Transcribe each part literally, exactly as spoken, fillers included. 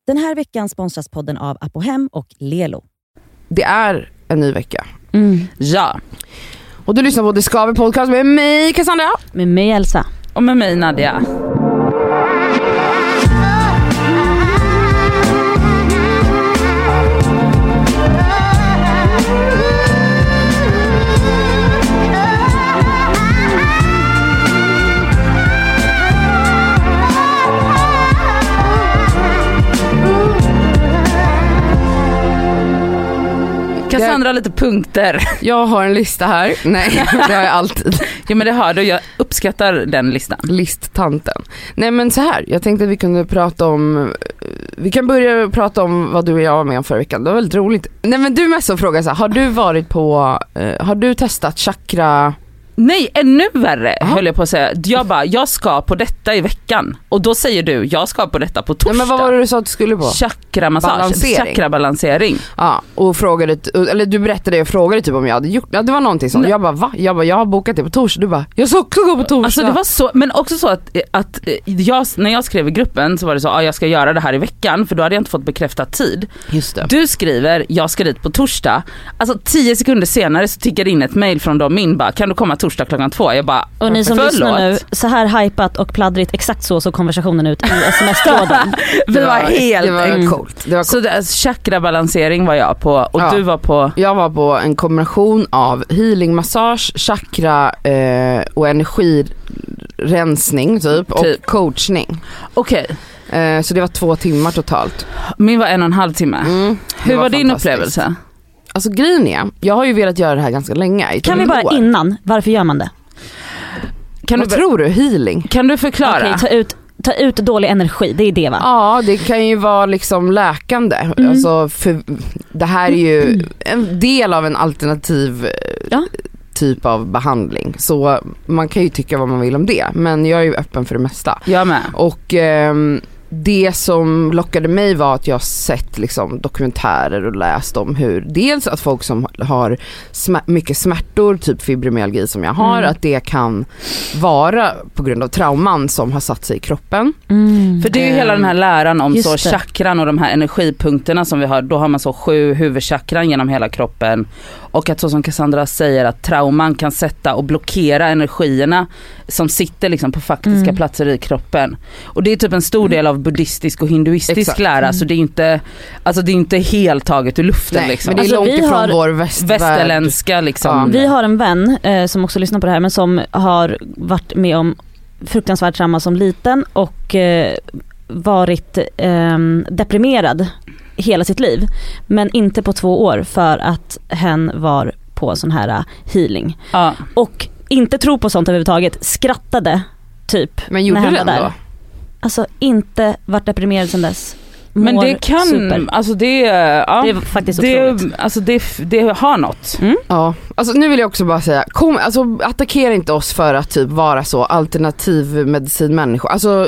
Den här veckan sponsras podden av Apohem och Lelo. Det är en ny vecka. Mm. Ja. Och du lyssnar på Det Skaver podcast med mig, Cassandra. Med mig, Elsa. Och med mig, Nadia. Cassandra, lite punkter. Jag har en lista här. Nej, det har jag alltid. Jo, men det har du. Jag uppskattar den listan. Listtanten. Nej, men så här. Jag tänkte att vi kunde prata om... Vi kan börja prata om vad du och jag var med om förra veckan. Det var väldigt roligt. Nej, men du mest så frågar så här. Har du varit på... Eh, har du testat chakra... Nej, ännu värre höll jag på att säga. Jag bara, jag ska på detta i veckan. Och då säger du, jag ska på detta på torsdag. Nej, men vad var det du sa att du skulle på? Chakramassage. Balansering. Chakrabalansering. Ja, och frågade, eller du berättade och frågade typ om jag hade gjort, ja, det var någonting sånt. Jag bara, va? Jag bara, jag har bokat det på torsdag. Du bara, jag ska också gå på torsdag. Alltså det var så, men också så att, att jag, när jag skrev i gruppen så var det så, ja, jag ska göra det här i veckan, för då hade jag inte fått bekräftad tid. Just det. Du skriver, jag ska dit på torsdag. Alltså tio sekunder senare så tickade in ett mejl från dem min bara, kan du komma torsdag klockan två? Jag bara, och ni som lyssnar nu, så här hypat och pladdrigt, exakt så såg konversationen ut i sms-tråden. Vi var, var helt det var mm. coolt. Det var coolt. Så det, chakrabalansering var jag på, och ja. Du var på? Jag var på en kombination av healingmassage, chakra eh, och energirensning typ, och typ. coachning. Okej. Okay. Eh, så det var två timmar totalt. Min var en och en halv timme. Mm, var Hur var din upplevelse? Alltså grejen är, jag har ju velat göra det här ganska länge. Kan vi bara år. innan, varför gör man det? Kan Vad du, tror du? Healing? Kan du förklara? Okej, ta ut, ta ut dålig energi, det är det va? Ja, det kan ju vara liksom läkande. Mm. Alltså för, det här är ju mm. en del av en alternativ ja. typ av behandling. Så man kan ju tycka vad man vill om det. Men jag är ju öppen för det mesta. Jag med. Och... Ehm, det som lockade mig var att jag sett liksom dokumentärer och läst om hur dels att folk som har sm- mycket smärtor, typ fibromyalgi som jag har, mm. att det kan vara på grund av trauman som har satt sig i kroppen. Mm. För det är ju hela den här läran om Just så det. chakran och de här energipunkterna som vi har. Då har man så sju huvudchakran genom hela kroppen. Och att så som Cassandra säger, att trauman kan sätta och blockera energierna som sitter liksom på faktiska mm. platser i kroppen. Och det är typ en stor del av buddhistisk och hinduistisk Exakt. lära, mm. så det är inte, alltså det är inte helt taget ur luften. Nej, liksom. Men det är alltså, långt ifrån har, vår västvärld. Västerländska liksom. Ja. Vi har en vän eh, som också lyssnar på det här, men som har varit med om fruktansvärt trauma som liten och eh, varit eh, deprimerad hela sitt liv, men inte på två år för att hen var på sån här healing. Ja. Och inte tro på sånt överhuvudtaget, skrattade typ. Men gjorde när den där. då? Alltså inte varit deprimerad sedan dess. Men det kan, super. alltså det, ja, det är faktiskt det, otroligt. alltså det, det har något. Mm. Ja, alltså nu vill jag också bara säga, kom, alltså attackera inte oss för att typ vara så alternativ medicinmänniskor. Alltså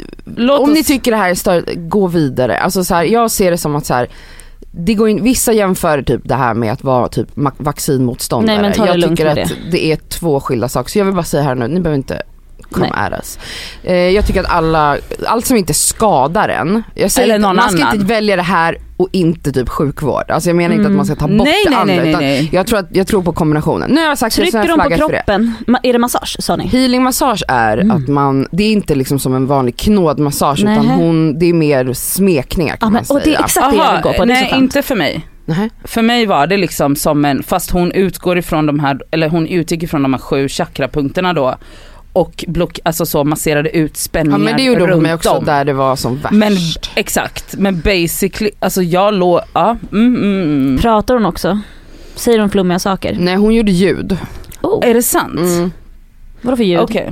Låt om oss... ni tycker det här är större, gå vidare. Alltså så här, jag ser det som att så här, det går in, vissa jämför typ det här med att vara typ vaccinmotståndare. Nej, men ta det jag lugnt tycker med att det. det är två skilda saker. Så jag vill bara säga här nu, ni behöver inte come at us. Eh, jag tycker att alla, allt som inte skadar en, jag säger Eller någon man ska annan. inte välja det här och inte typ sjukvård. Alltså jag menar Mm. inte att man ska ta bort Nej, det nej, andra, nej, nej, utan nej. jag tror att jag tror på kombinationen. Nu har jag sagt det, så Trycker jag de på flaggar för det. kroppen? Ma- Är det massage, sa ni? Healingmassage är Mm. att man, det är inte liksom som en vanlig knådmassage, Nej. utan hon, det är mer smekningar kan Ja, men, man och säga. det är exakt det jag vill gå på. Det är så nej, skönt. inte för mig. Nej. För mig var det liksom som en, fast hon utgår ifrån de här, eller hon utgick ifrån de här sju chakrapunkterna då, och block, alltså så masserade ut spänningar Ja, men det gjorde runt de också om. där det var som värst. Men exakt, men basically, alltså jag låg, ja, mm, mm, mm. Pratar hon också? Säger hon flummiga saker? Nej, hon gjorde ljud. Oh. Är det sant? Mm. Vadå för ljud? Okej.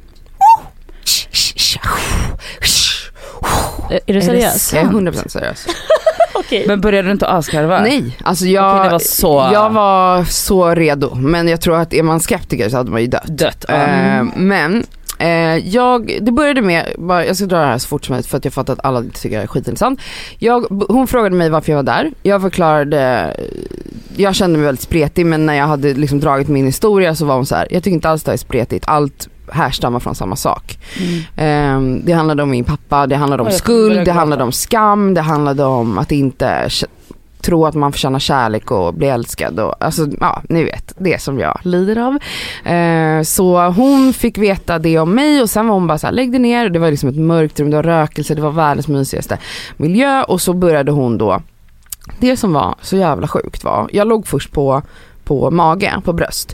Är, är du seriös? Jag är hundra procent seriös. Okej. Men började du inte askarva? Nej, alltså jag, Okej, det var så... jag var så redo. Men jag tror att är man skeptiker så hade man ju dött. Dött, ja. Eh, men eh, jag, det började med, bara, jag ska dra det här så fort som möjligt för att jag fattar att alla inte tycker det är skitintressant. Jag, hon frågade mig varför jag var där. Jag förklarade jag kände mig väldigt spretig, men när jag hade liksom dragit min historia så var hon så här: jag tycker inte alls det är spretigt, allt härstammar från samma sak. Mm. Um, det handlade om min pappa, det handlade om oh, skuld, det handlade om skam, det handlade om att inte tro att man får känna kärlek och bli älskad och, alltså, ja, ni vet, det som jag lider av. Uh, så hon fick veta det om mig och sen var hon bara så här: lägg det ner. Det var liksom ett mörkt rum, det var rökelse, det var världens mysigaste miljö. Och så började hon då, det som var så jävla sjukt var, jag låg först på, på mage, på bröst.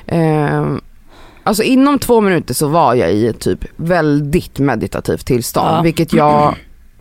Uh, Alltså inom två minuter så var jag i ett typ väldigt meditativt tillstånd, ja. Vilket jag,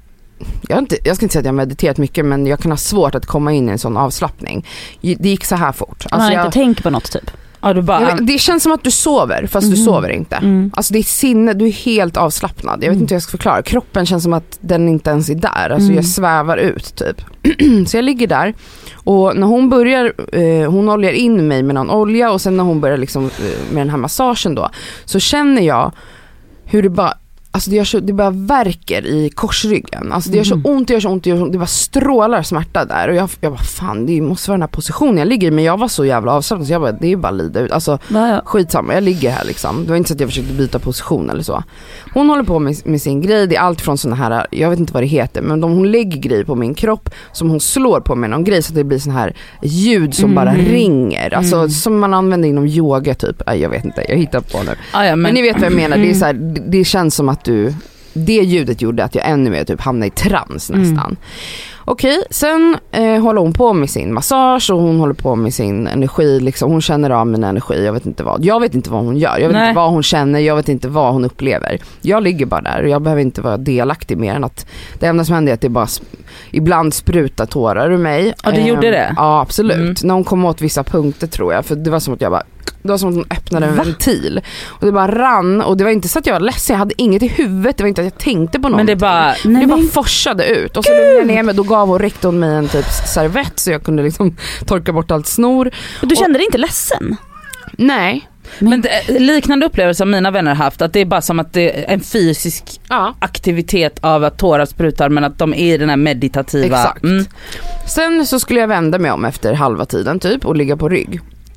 jag, inte, jag ska inte säga att jag har mediterat mycket, men jag kan ha svårt att komma in i en sån avslappning. Det gick så här fort. Man alltså jag, inte tänker på något typ. Ja, du bara, vet, det känns som att du sover fast mm. du sover inte. Mm. Alltså ditt sinne, du är helt avslappnad. Jag vet mm. inte hur jag ska förklara. Kroppen känns som att den inte ens är där. Alltså mm. jag svävar ut typ. Så jag ligger där och när hon börjar eh, hon oljar in mig med någon olja och sen när hon börjar liksom eh, med den här massagen då, så känner jag hur det bara, alltså det gör så, det bara verkar i korsryggen. Alltså det gör så ont, det gör så ont, det, gör så ont, det bara strålar smärta där. Och jag, jag bara, fan, det måste vara den här positionen jag ligger i. Men jag var så jävla avslappnad så jag bara, det är ju bara lida ut. Alltså Naja. skitsamma, jag ligger här liksom. Det var inte så att jag försökte byta position eller så. Hon håller på med, med sin grej. Det är allt från såna här, jag vet inte vad det heter, men de, hon lägger grejer på min kropp som hon slår på med någon grej så att det blir sån här ljud som mm. bara ringer. Alltså mm. som man använder inom yoga typ. Aj, jag vet inte, jag hittar på nu. Ah, ja, men... men ni vet vad jag menar. Det är så här, det, det känns som att du, det ljudet gjorde att jag ännu mer typ hamnade i trans nästan. Mm. Okej, sen eh, håller hon på med sin massage och hon håller på med sin energi liksom. Hon känner av min energi, jag vet inte vad. Jag vet inte vad hon gör, jag vet Nej. inte vad hon känner, jag vet inte vad hon upplever. Jag ligger bara där och jag behöver inte vara delaktig mer än att det enda som händer är att det bara sp- ibland sprutar tårar ur mig. Ja, du eh, gjorde det? Ja, absolut. Mm. När hon kom åt vissa punkter tror jag, för det var som att jag bara det var som att hon öppnade en Va? ventil och det bara rann och det var inte så att jag var ledsen, jag hade inget i huvudet, det var inte att jag tänkte på någonting. Men det bara, nej, det bara men... forsade ut och så lugnade jag ner mig, då gav hon räckte hon mig en typ servett så jag kunde liksom torka bort allt snor. Och du kände dig inte ledsen? Nej. Men, men det, liknande upplevelser som mina vänner haft, att det är bara som att det är en fysisk ja. aktivitet av att tårar sprutar, men att de är i den här meditativa. Exakt. Mm. Sen så skulle jag vända mig om efter halva tiden typ och ligga på rygg.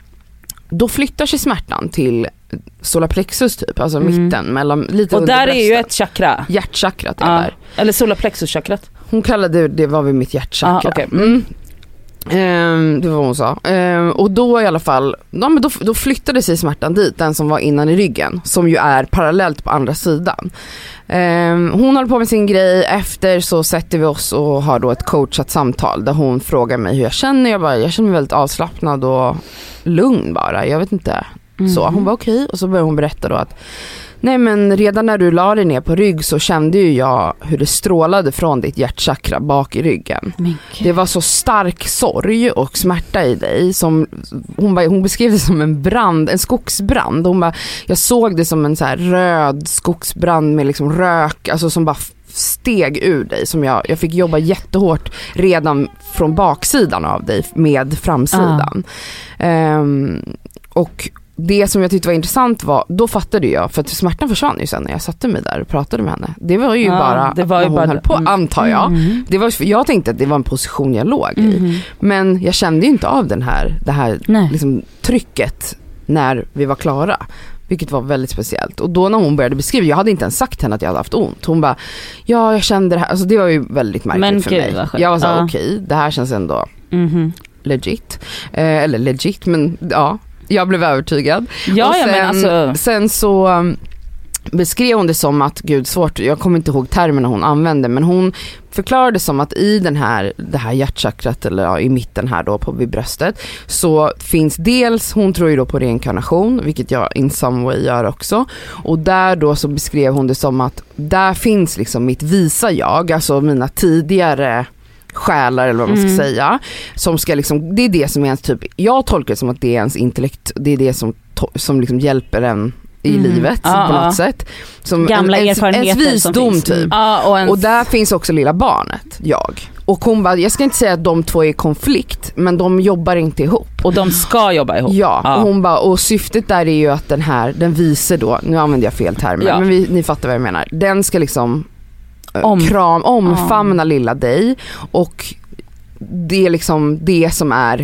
Då flyttar sig smärtan till solarplexus typ, alltså mm. mitten mellan lite och under där bröstet. Är ju ett chakra. Hjärtchakrat är ja. där. Eller solarplexus-chakrat. Hon kallade det, det var vid mitt hjärtchakra. Ah, okay. mm. ehm, det var vad hon sa. Ehm, och då i alla fall, ja, men då, då flyttade sig smärtan dit, den som var innan i ryggen, som ju är parallellt på andra sidan. Um, hon håller på med sin grej. Efter så sätter vi oss och har då ett coachat samtal där hon frågar mig hur jag känner. Jag bara, jag känner mig väldigt avslappnad och lugn bara, jag vet inte. Mm. Så hon var okej okay. Och så börjar hon berätta då att nej, men redan när du la dig ner på rygg så kände ju jag hur det strålade från ditt hjärtchakra bak i ryggen. Det var så stark sorg och smärta i dig som hon, bara, hon beskrev det som en brand, en skogsbrand. Hon bara, jag såg det som en så här röd skogsbrand med liksom rök, alltså som bara steg ur dig, som jag, jag fick jobba jättehårt redan från baksidan av dig med framsidan. Uh. Um, och det som jag tyckte var intressant var, då fattade jag, för att smärtan försvann ju sen när jag satte mig där och pratade med henne. Det var ju ja, bara det var ju hon bara, höll på, antar jag. Mm. Det var, jag tänkte att det var en position jag låg i. Mm. Men jag kände ju inte av den här, det här liksom, trycket när vi var klara. Vilket var väldigt speciellt. Och då när hon började beskriva, jag hade inte ens sagt henne att jag hade haft ont. Hon bara, ja jag kände det här. Alltså det var ju väldigt märkligt Men för mig. Jag var så ja. okej, okay, det här känns ändå mm. legit. Eh, eller legit, men ja. Jag blev övertygad. Ja, och sen, ja, men alltså... sen så um, beskrev hon det som att, gud svårt, jag kommer inte ihåg termerna hon använde, men hon förklarade som att i den här, det här hjärtchakrat, eller ja, i mitten här då på vid bröstet, så finns dels, hon tror ju då på reinkarnation, vilket jag in some way gör också, och där då så beskrev hon det som att där finns liksom mitt visa jag, alltså mina tidigare själar eller vad man ska mm. säga, som ska liksom, det är det som är ens typ, jag tolkar det som att det är ens intellekt, det är det som, som liksom hjälper en i mm. livet ah, på något ah. sätt, som gamla en, erfarenheter ens visdom som typ. Ah, och, ens... och där finns också lilla barnet, jag. Och hon bara, jag ska inte säga att de två är i konflikt, men de jobbar inte ihop. Och de ska jobba ihop. Ja, ah. och hon bara, och syftet där är ju att den här, den visar då, nu använder jag fel termer, ja. men vi, ni fattar vad jag menar. Den ska liksom Om. kram, omfamna ah. lilla dig, och det är liksom det som är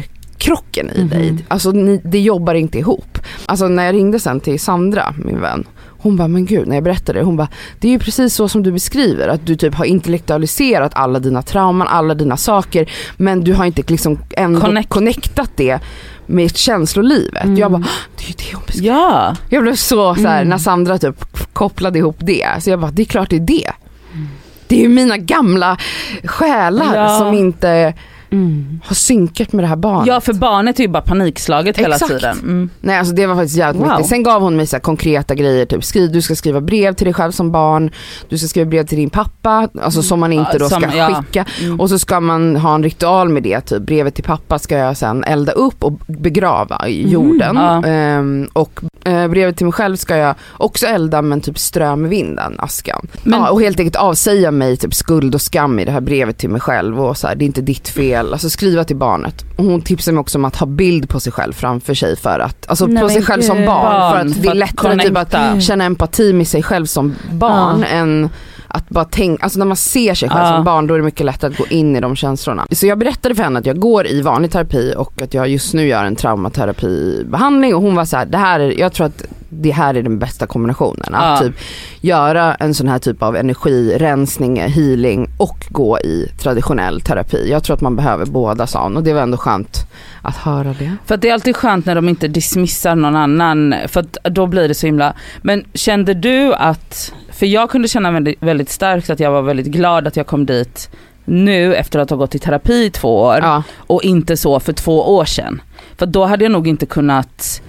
krocken i Mm-hmm. dig. Alltså ni, det jobbar inte ihop. Alltså när jag ringde sen till Sandra, min vän, hon bara, men gud, när jag berättade det, hon bara, det är ju precis så som du beskriver, att du typ har intellektualiserat alla dina trauman, alla dina saker, men du har inte liksom ändå Connect. connectat det med känslolivet. Mm. Jag bara, det är ju det hon beskriver. Ja. Jag blev så, så här, Mm. när Sandra typ kopplade ihop det, så jag bara, det är klart det är det. Mm. Det är ju mina gamla själar Ja. som inte Mm. har synkat med det här barnet. Ja, för barnet är ju bara panikslaget hela Exakt. tiden. Mm. Nej, alltså det var faktiskt jävligt Wow. mycket. Sen gav hon mig så här konkreta grejer, typ skriv, du ska skriva brev till dig själv som barn, du ska skriva brev till din pappa, alltså som man inte då Som- ska ja. skicka. Mm. Och så ska man ha en ritual med det, typ brevet till pappa ska jag sen elda upp och begrava i jorden. Ja. Ehm, och eh, brevet till mig själv ska jag också elda, men typ strö med vinden, askan. Men- ja, och helt enkelt avsäga mig typ skuld och skam i det här brevet till mig själv, och så här, det är inte ditt fel, alltså skriva till barnet. Och hon tipsade mig också om att ha bild på sig själv framför sig, för att alltså Nej, på sig men själv som gud. barn, Barn, för att det för är att lättare typ att connecta. känna empati med sig själv som barn Ja. än att bara tänka, alltså när man ser sig själv Ja. som barn, då är det mycket lättare att gå in i de känslorna. Så jag berättade för henne att jag går i vanlig terapi och att jag just nu gör en traumaterapibehandling, och hon var så här, det här är, jag tror att det här är den bästa kombinationen, att Ja. typ göra en sån här typ av energirensning, healing och gå i traditionell terapi. Jag tror att man behöver båda, sa hon, och det var ändå skönt att höra det. För att det är alltid skönt när de inte dismissar någon annan, för att då blir det så himla. Men kände du att, för jag kunde känna väldigt, väldigt starkt att jag var väldigt glad att jag kom dit nu efter att ha gått i terapi i två år, Ja. och inte så för två år sedan. För då hade jag nog inte kunnat,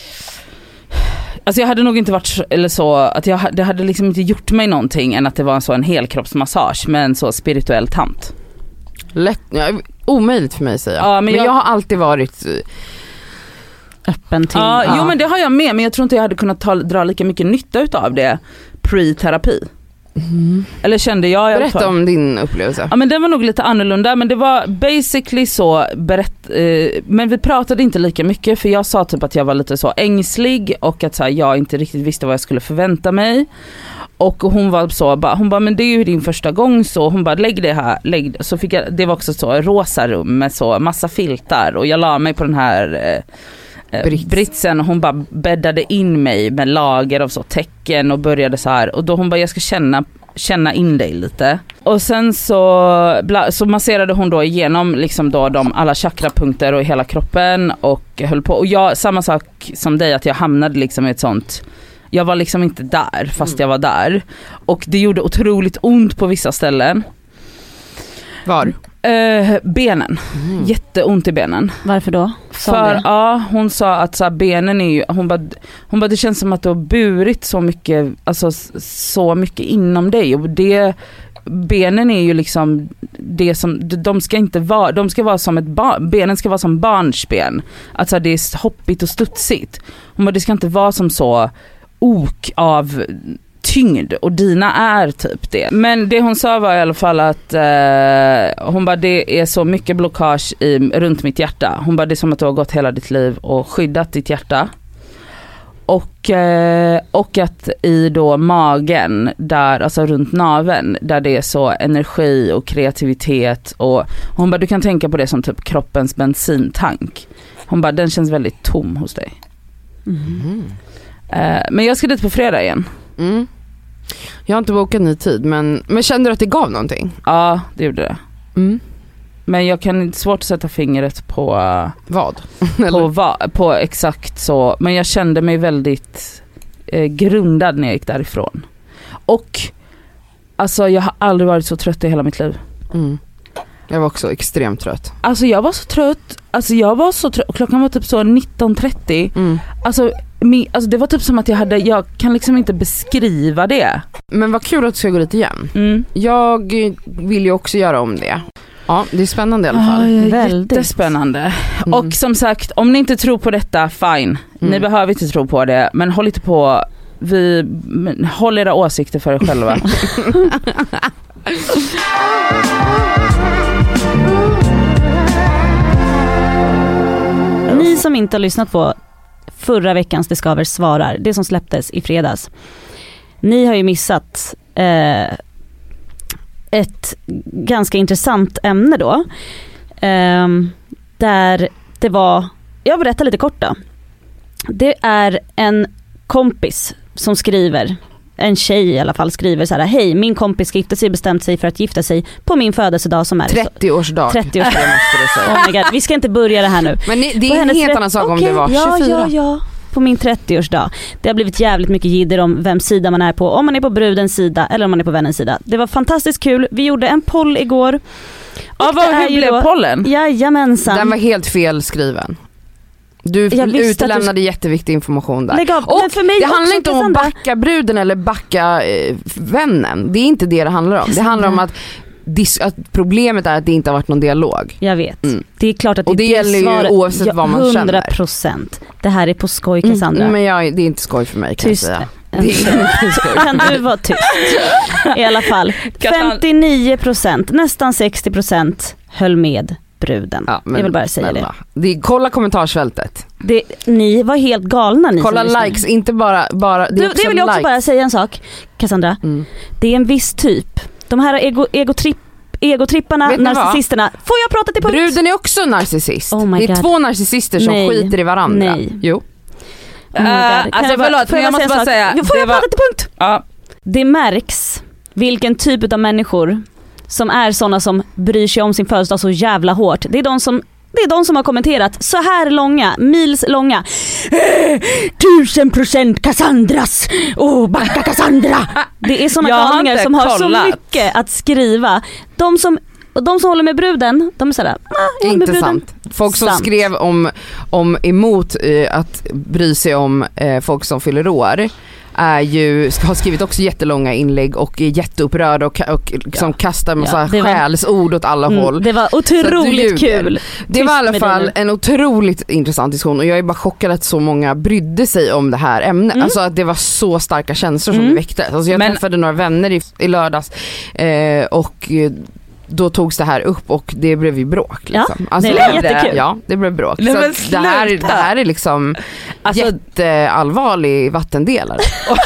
alltså jag hade nog inte varit så, eller så att jag, det hade liksom inte gjort mig någonting än att det var en så en helkroppsmassage med en så spirituell tant. Lätt, ja, omöjligt för mig att säga. Ja, men men jag- jag har alltid varit Öppen till. Ja, Ja. jo men det har jag med, men jag tror inte jag hade kunnat ta, dra lika mycket nytta utav det pre-terapi. Eller kände jag i alla fall. Berätta om din upplevelse. Ja, men den var nog lite annorlunda, men det var basically så berätt, eh, men vi pratade inte lika mycket, för jag sa typ att jag var lite så ängslig och att så här, jag inte riktigt visste vad jag skulle förvänta mig. Och hon var så, bara, hon bara, men det är ju din första gång, så hon bara, lägg det här, lägg det. Så fick jag, det var också så rosa rum med så massa filtar, och jag la mig på den här eh, Brits. britsen, och hon bara bäddade in mig med lager av så tecken och började så här, och då hon bara, jag ska känna känna in dig lite. Och sen så, bla, så masserade hon då igenom liksom då de alla chakrapunkter och hela kroppen och höll på. Och jag, samma sak som dig, att jag hamnade liksom i ett sånt, jag var liksom inte där fast jag var där. Och det gjorde otroligt ont på vissa ställen. Var? Eh, benen. Mm. Jätteont i benen. Varför då? Sa För det? ja, hon sa att så här, benen är ju, hon bara, hon bara det känns som att du har burit så mycket, alltså så mycket inom dig, och det, benen är ju liksom det som, de ska inte vara, de ska vara som ett barn, benen ska vara som barnsben, att så här, det är hoppigt och studsigt. Hon bara, det ska inte vara som så ok av tyngd, och dina är typ det. Men det hon sa var i alla fall att eh, hon bara, det är så mycket blockage i, runt mitt hjärta. Hon bara, det är som att du har gått hela ditt liv och skyddat ditt hjärta. Och, eh, och att i då magen, där, alltså runt naveln, där det är så energi och kreativitet, och hon bara, du kan tänka på det som typ kroppens bensintank. Hon bara, den känns väldigt tom hos dig. Mm. Eh, men jag ska dit på fredag igen. Mm. Jag har inte bokat ny tid, men, men kände du att det gav någonting? Ja, det gjorde det. Mm. Men jag kan inte, svårt att sätta fingret på, Vad? på, va, på exakt så. Men jag kände mig väldigt eh, grundad när jag gick därifrån. Och alltså jag har aldrig varit så trött i hela mitt liv. Mm. Jag var också extremt trött. Alltså jag var så trött. Alltså jag var så trött. Klockan var typ så nitton trettio. Mm. Alltså, min, alltså det var typ som att jag hade, jag kan liksom inte beskriva det. Men vad kul att du ska gå dit igen. Mm. Jag vill ju också göra om det. Ja, det är spännande i alla fall. Ja, Väldigt. jättespännande. Mm. Och som sagt, om ni inte tror på detta, fine. Ni Mm. behöver inte tro på det, men håll inte på, vi, men håll era åsikter för er själva. Ni som inte har lyssnat på förra veckans Det Skaver svarar, det som släpptes i fredags. Ni har ju missat eh, ett ganska intressant ämne då. Eh, där det var, jag berättar lite kort då. Det är en kompis som skriver, en tjej i alla fall skriver så här: hej, min kompis ska gifta sig, bestämt sig för att gifta sig på min födelsedag som är trettio-årsdag. trettio-årsdag. Oh my God, vi ska inte börja det här nu. Men det är en helt annan sak okay, om det var tjugofyra. Ja, ja, ja. På min trettio-årsdag. Det har blivit jävligt mycket jidder om vem sida man är på. Om man är på brudens sida eller om man är på vännens sida. Det var fantastiskt kul. Vi gjorde en poll igår. Ja, vad hur blev då, pollen? Jajamensan. Den var helt fel skriven. Du utelämnade du... jätteviktig information där. Av, och för mig det handlar inte om Cassandra. att backa bruden eller backa eh, vännen. Det är inte det det handlar om. Cassandra. Det handlar om att, dis- att problemet är att det inte har varit någon dialog. Jag vet. Mm. Det är klart att det, och det, det gäller svaret, ju oavsett ja, vad man känner. hundra procent. Det här är på skoj, Cassandra. Mm, men jag, det är inte skoj för mig, kan tyst. jag säga. Det är inte skoj. Kan du vara tyst? I alla fall. femtionio procent, nästan sextio procent höll med bruden. Ja, jag vill bara säga snälla. det. det kolla kommentarsfältet. Det, ni var helt galna. Ni kolla likes, inte bara... bara det, det, det vill jag också likes. Bara säga en sak, Cassandra. Mm. Det är en viss typ. De här ego, egotripp, egotripparna, narcissisterna. Får jag prata till punkt? Bruden är också narcissist. Oh det är God. två narcissister som Nej. skiter i varandra. Nej. Jo. Oh uh, alltså jag bara, förlåt, men jag måste bara säga... Får jag var... prata till punkt? Ja. Det märks vilken typ av människor som är såna som bryr sig om sin födelsedag så jävla hårt. Det är de som Det är de som har kommenterat så här långa, mils långa. Tusen procent Cassandras. Åh, oh, backa Cassandra. Det är såna galningar som har så mycket att skriva. De som de som håller med bruden, de är sådär, ah, inte sant. Folk som sant. skrev om, om emot eh, att bry sig om eh, folk som fyller år är ju, har skrivit också jättelånga inlägg och är jätteupprörda och, och liksom ja. kastar massa ja, skällsord åt alla mm, håll. Det var otroligt kul. Det var i alla fall en otroligt intressant diskussion och jag är bara chockad att så många brydde sig om det här ämnet. Mm. Alltså att det var så starka känslor som mm. det väckte. Alltså jag Men, träffade några vänner i, i lördags eh, och då togs det här upp och det blev ju bråk liksom. Ja, alltså, det är jättekul. Ja, det blev bråk. Nej, så det, här, det här är liksom alltså, jätteallvarlig vattendelare.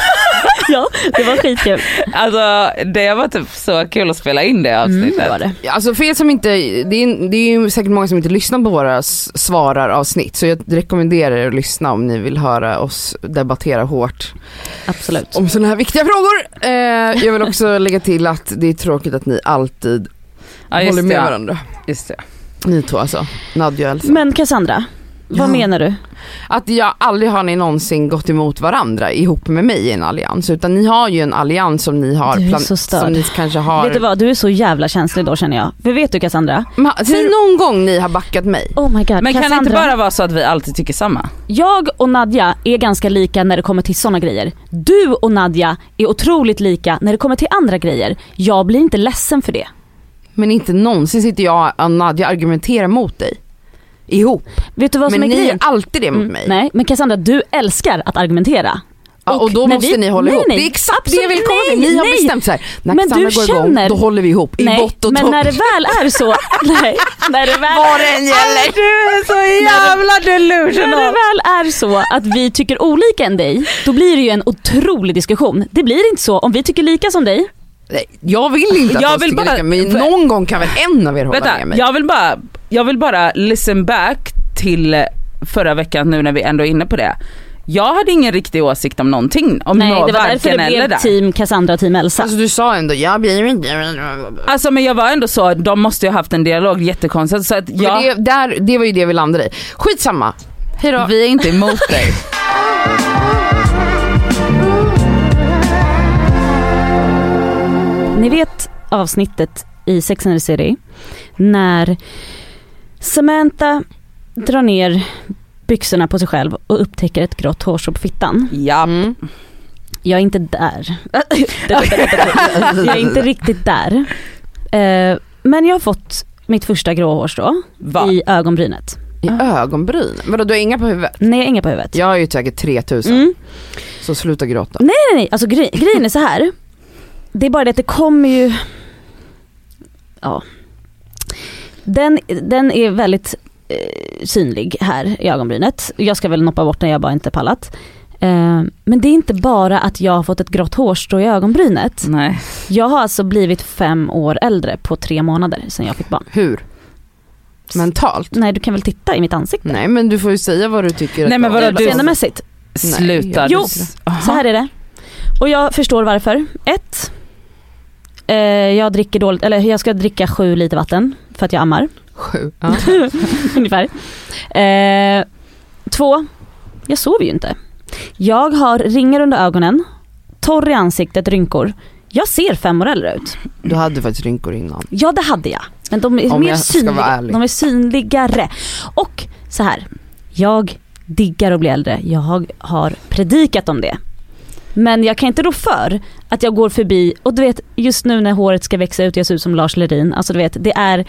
Ja, det var skitkul. Alltså det var typ så kul att spela in det avsnittet. Mm, var det. Alltså för er som inte, det är, det är ju säkert många som inte lyssnar på våra svarar avsnitt, så jag rekommenderar er att lyssna om ni vill höra oss debattera hårt. Absolut. Om sådana här viktiga frågor. Eh, jag vill också lägga till att det är tråkigt att ni alltid ja, håller med det. varandra. Just det. Ni två alltså, Nadja och Elsa. Men Cassandra, vad ja. menar du? Att jag aldrig har ni någonsin gått emot varandra ihop med mig i en allians, utan ni har ju en allians som ni har plan- som ni kanske har. Vet du vad, du är så jävla känslig då känner jag. För vet du Cassandra? Men, säg någon gång ni har backat mig. Oh my God. Men Cassandra, kan det inte bara vara så att vi alltid tycker samma? Jag och Nadja är ganska lika när det kommer till såna grejer. Du och Nadja är otroligt lika när det kommer till andra grejer. Jag blir inte ledsen för det. Men inte någonsin sitter jag och Nadja argumenterar mot dig. Ihop. Vet du vad som men är ni grejen? är alltid det mot mig. Mm, nej, men Cassandra, du älskar att argumentera. Ja, och, och då måste vi, ni hålla nej, ihop. Nej, det är exakt absolut, det jag vill komma till. Ni har nej. bestämt så här. När men Cassandra går känner, igång, då håller vi ihop. I nej, bott och men topp. när det väl är så. nej, när det väl Vad det än gäller. Du är så jävla delusional. När det väl är så att vi tycker olika än dig, då blir det ju en otrolig diskussion. Det blir inte så om vi tycker lika som dig. Nej, jag vill inte att jag vill bara, lika, men någon gång kan väl en av er hålla vänta, med mig. Jag vill bara, jag vill bara listen back till förra veckan nu när vi ändå är inne på det. Jag hade ingen riktig åsikt om någonting. Om Nej, någon, det var därför det blev team Cassandra och team Elsa. Alltså du sa ändå, jag blir inte... Alltså men jag var ändå så, de måste ju ha haft en dialog jättekonstigt. Så att jag... det, där, det var ju det vi landade i. Skitsamma. Hejdå. Vi är inte emot dig. Ni vet avsnittet i Sex and the City när Samantha drar ner byxorna på sig själv och upptäcker ett grått hårstrå på fittan. Ja. Mm. Jag är inte där. Jag är inte riktigt där. Men jag har fått mitt första grå hårstrå Va? i ögonbrynet. I ögonbryn? Vadå, du har inga på huvudet? Nej, jag har inga på huvudet. Jag har ju säkert tre tusen. Mm. Så sluta gråta. Nej, nej, nej. Alltså gre- grejen är så här. Det är bara det att det kommer ju... Ja. Den, den är väldigt eh, synlig här i ögonbrynet. Jag ska väl noppa bort den, jag bara inte pallat. Eh, men det är inte bara att jag har fått ett grått hårstrå i ögonbrynet. Nej. Jag har alltså blivit fem år äldre på tre månader sedan jag fick barn. Hur? Mentalt? Nej, du kan väl titta i mitt ansikte? Nej, men du får ju säga vad du tycker. Nej, men vadå, du... Utseendemässigt? Sluta. Jo, så här är det. Och jag förstår varför. Ett, eh, jag dricker dåligt, eller jag ska dricka sju liter vatten för att jag ammar. Sju? Ja. Ungefär. Eh, två, jag sover ju inte. Jag har ringar under ögonen, torr i ansiktet, rynkor. Jag ser fem år äldre ut. Du hade faktiskt rynkor innan. Ja, det hade jag. Men de är Om mer jag ska synliga. vara ärlig. De är synligare. Och så här, jag diggar att bli äldre. Jag har predikat om det. Men jag kan inte rå för att jag går förbi, och du vet, just nu när håret ska växa ut, jag ser ut som Lars Lerin. Alltså du vet, det är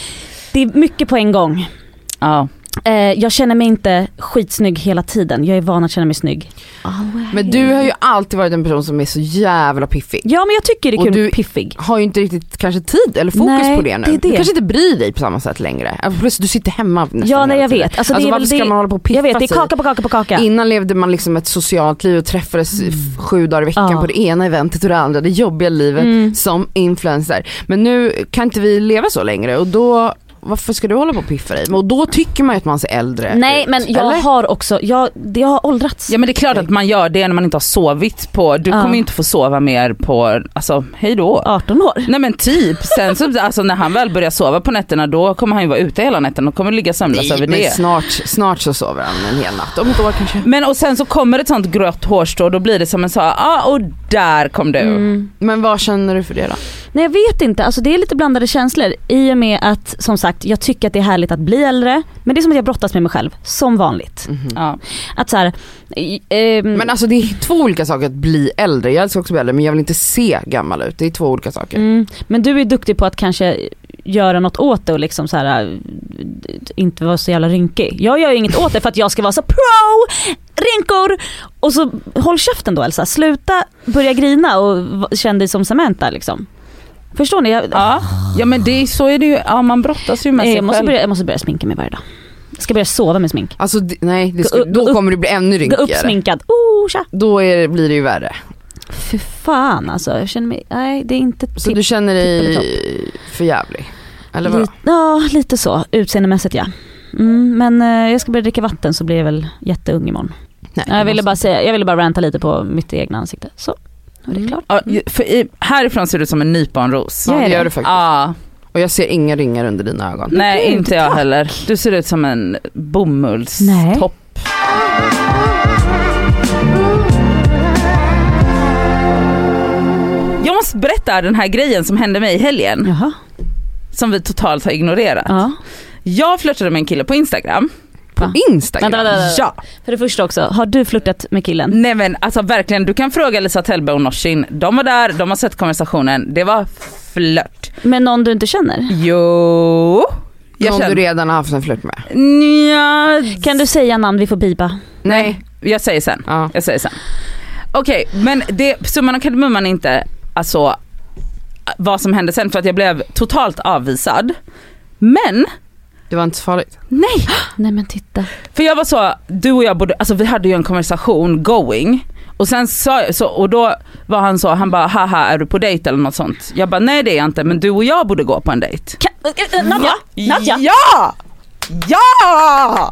det är mycket på en gång. Ja. Eh, jag känner mig inte skitsnygg hela tiden. Jag är van att känna mig snygg. Oh, men du har ju alltid varit en person som är så jävla piffig. Ja, men jag tycker det är och kul du piffig. Har ju inte riktigt kanske tid eller fokus nej, på det nu. Det är det. Du kanske inte bryr dig på samma sätt längre. Alltså, plus du sitter hemma nästan. Ja, nej, jag vet. Alltså, alltså det är varför väl ska det... man hålla på och piffa Jag vet, det är sig? kaka på kaka på kaka. Innan levde man liksom ett socialt liv och träffades mm. sju dagar i veckan ja. på det ena eventet och det andra. Det jobbiga livet mm. som influencer. Men nu kan inte vi leva så längre, och då... Varför ska du hålla på och piffa dig? Och då tycker man ju att man ser äldre Nej, ut, men jag eller? har också, jag, det har åldrats. Ja, men det är klart att man gör det när man inte har sovit på, du ja. kommer ju inte få sova mer på, alltså hej då. arton år. Nej, men typ, sen så, alltså när han väl börjar sova på nätterna, då kommer han ju vara ute hela nätten och kommer ligga sömnlös över men det. Snart, snart så sover han en hel natt, om ett år kanske. Men och sen så kommer ett sånt grått hårstrå, då blir det som en så, ah, och där kom du. Mm. Men vad känner du för det då? Nej, jag vet inte, alltså det är lite blandade känslor i och med att, som sagt, jag tycker att det är härligt att bli äldre, men det är som att jag brottas med mig själv, som vanligt. Mm-hmm. Ja. Att så här, eh, men alltså det är två olika saker att bli äldre. Jag älskar också bli äldre, men jag vill inte se gammal ut. Det är två olika saker. Mm, men du är duktig på att kanske göra något åt det och liksom så här, inte vara så jävla rynkig. Jag gör ju inget åt det för att jag ska vara så pro, rynkor, och så håll käften då, Elsa. Sluta börja grina och känn dig som Samantha liksom. Förstår ni? Jag, ja. ja, men det, så är det ju. Ja, man brottas ju med sig jag måste själv. Börja, jag måste börja sminka mig varje dag. Jag ska börja sova med smink. Alltså nej, det ska, gå, då gå kommer du bli ännu rynkigare. Gå upp sminkad. Oh, tja. Då är, blir det ju värre. För fan alltså, jag känner mig, nej det är inte Så du känner dig för jävlig? Eller vad? Lite, ja, lite så. Utseendemässigt, ja. Mm, men eh, jag ska börja dricka vatten så blir jag väl jätteung imorgon. Nej, jag ville bara säga, jag ville bara ranta lite på mitt egna ansikte. Så, är det klart. Ja, för i, härifrån ser du ut som en nyponros. Ja, det gör du faktiskt. Ja. Och jag ser inga ringar under dina ögon. Nej, inte, inte jag heller. Du ser ut som en bomullstopp. Jag måste berätta den här grejen som hände mig i helgen. Jaha. Som vi totalt har ignorerat. Ja. Jag flörtade med en kille på Instagram. På Instagram? Vänta, vänta, vänta. Ja. För det första också, har du flörtat med killen? Nej, men alltså verkligen, du kan fråga Lisa Tellberg och Norsin. De var där, de har sett konversationen. Det var flört. Men någon du inte känner? Jo. Jag någon känner. du redan har haft en flört med? Ja. Kan du säga namn, vi får bipa? Nej, jag säger sen. Ja. Jag säger sen. Okej, okay, men det, summan av kardemumman är inte alltså vad som hände sen, för att jag blev totalt avvisad. Men det var inte så farligt. Nej. Nej, men titta. För jag var så, du och jag borde, alltså vi hade ju en konversation going. Och sen sa jag, så, och då var han så, han bara, haha, är du på dejt eller något sånt? Jag bara, nej det är jag inte, men du och jag borde gå på en dejt. Kan, äh, äh, Nadja? Nadja? Ja! Ja!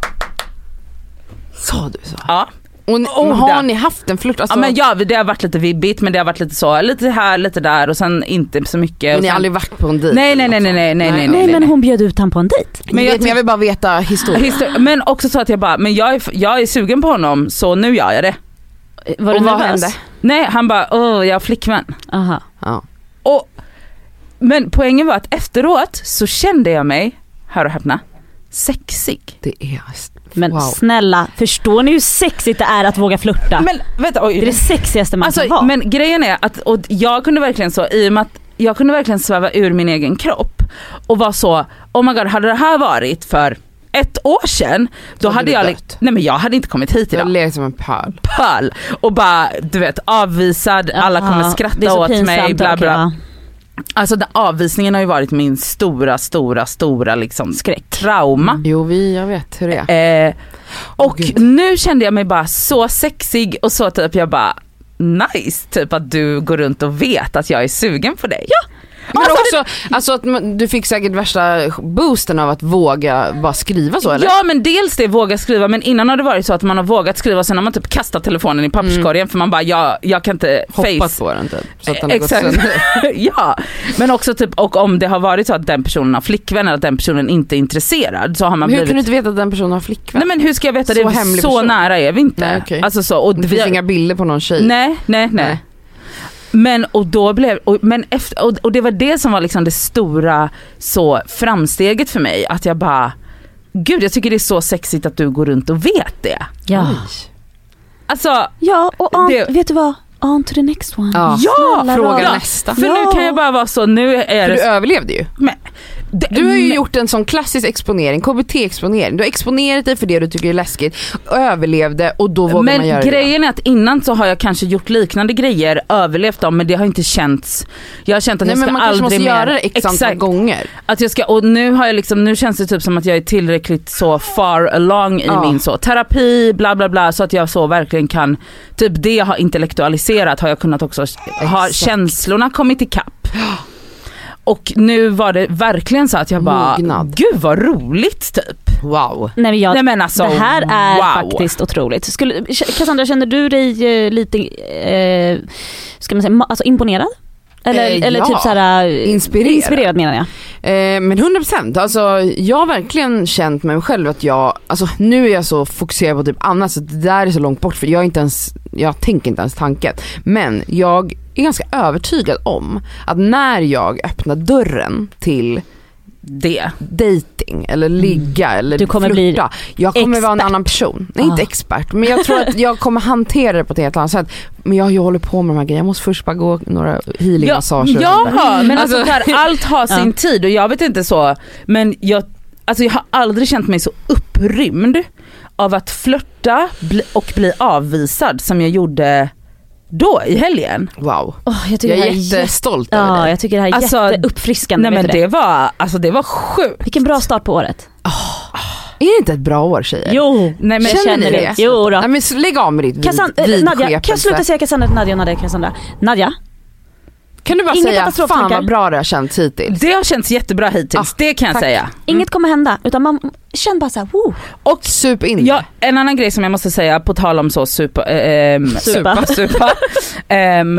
Sa du så? Ja. Och ni, oh, har där. ni haft en flört? Alltså... Ja, men ja, det har varit lite vibbigt, men det har varit lite så, lite här, lite där och sen inte så mycket. Men ni sen... har aldrig varit på en dejt? Nej, nej, nej, nej, nej, nej, nej, nej, men hon bjöd ut han på en dejt. Men jag, vet, men jag vill bara veta historien. Histor- men också så att jag bara, men jag är, jag är sugen på honom, så nu gör jag det. Var och du vad nervös? hände? Nej, han bara, åh, jag har flickvän. Aha. Ja. Och, men poängen var att efteråt så kände jag mig, hör och häpna, sexig. Det är... Men wow. Snälla, förstår ni hur sexigt det är att våga flirta? Men vänta, oj. Det är det sexigaste man alltså, kan vara. Men grejen är att, och jag kunde verkligen så, i och med att jag kunde verkligen sväva ur min egen kropp och var så, oh my god, hade det här varit för ett år sedan, då hade, hade jag dött. nej men jag hade inte kommit hit idag. Jag lever som en pöl. Pöl. Och bara, du vet, avvisad, alla Aha, kommer skratta åt pinsamt, mig, bla bla. Okay, alltså den avvisningen har ju varit min stora, stora, stora liksom skräck. Trauma. Mm. Jo, vi, jag vet hur det är. Eh, och oh, nu kände jag mig bara så sexig och så typ jag bara, nice, typ att du går runt och vet att jag är sugen på dig. Ja. Men alltså, också, det... alltså att du fick säkert värsta boosten av att våga bara skriva så, eller? Ja, men dels det, våga skriva, men innan har det varit så att man har vågat skriva, sen har man typ kastat telefonen i papperskorgen mm. för man bara, jag, jag kan inte hoppat face. på den typ, så att den har exakt. gått Ja, men också typ, och om det har varit så att den personen har flickvän eller att den personen inte är intresserad, så har man men blivit... hur kan du inte veta att den personen har flickvän? Nej, men hur ska jag veta så det? Så person. Nära är vi inte. Nej, okay. Alltså så, och det finns har... inga bilder på någon tjej. Nej, nej, nej. nej. Men och då blev och, men efter, och, och det var det som var liksom det stora så framsteget för mig, att jag bara, gud, jag tycker det är så sexigt att du går runt och vet det. Ja. Oj. Alltså, ja, och on, det, vet du vad? On to the next one. Ja, ja fråga ja. nästa. För ja. nu kan jag bara vara så, nu är för det... du överlevde ju. Men, det, du har ju men, gjort en sån klassisk exponering, K B T-exponering. Du har exponerat dig för det du tycker är läskigt, överlevde, och då vågar men man göra det. Men grejen är att innan så har jag kanske gjort liknande grejer, överlevt dem, men det har inte känts, jag har känt att nej, jag ska men man aldrig måste mer göra det x antal gånger. Att jag ska, och nu har jag liksom, nu känns det typ som att jag är tillräckligt så far along i ja. min så terapi, bla bla bla, så att jag så verkligen kan, typ det jag har intellektualiserat har jag kunnat också ha känslorna kommit i kapp. Och nu var det verkligen så att jag bara, mognad. Gud vad roligt typ. Wow. Nej, men jag, Nej, men alltså, det här är wow. faktiskt otroligt. Skulle, Cassandra, känner du dig eh, lite eh, ska man säga, alltså imponerad? Eller, eh, eller ja. typ såhär, inspirerad. inspirerad menar jag. Eh, men hundra procent, alltså jag har verkligen känt med mig själv att jag, alltså nu är jag så fokuserad på typ annat, så det där är så långt bort, för jag är inte ens, jag tänker inte ens tanken. Men jag är ganska övertygad om att när jag öppnar dörren till det, dating eller ligga mm. eller du kommer flirta, bli jag kommer expert. vara en annan person. Nej, ah. inte expert, men jag tror att jag kommer hantera det på ett helt annat sätt. Men jag, jag håller på med de här grejerna. Jag måste först bara gå några healingmassager. Ja, ja, men alltså, alltså här, allt har sin ja. tid, och jag vet inte så, men jag, alltså jag har aldrig känt mig så upprymd av att flirta och bli avvisad som jag gjorde då i helgen. Wow. Oh, jag, jag är jättestolt jätte, över ja, det. jag tycker det här är alltså, jätteuppfriskande. Nej, men det, det var, alltså det var sjukt. Vilken bra start på året. Oh. Är det inte ett bra år, tjejer? Jo, nej, men jag känner det. det. Jo då. Nej, men lägg av med ditt Kassan, vid, Nadja, kan jag sluta säga Cassandra till Nadja och Nadja Cassandra? Nadja? Kan du bara Inget säga, fan vad bra det har känts hittills? Det har känts jättebra hittills, ah, det kan jag tack. säga. Mm. Inget kommer hända, utan man känner bara så här, woo. Och sup in. Ja, en annan grej som jag måste säga, på tal om så super, ähm, supa, supa, ähm,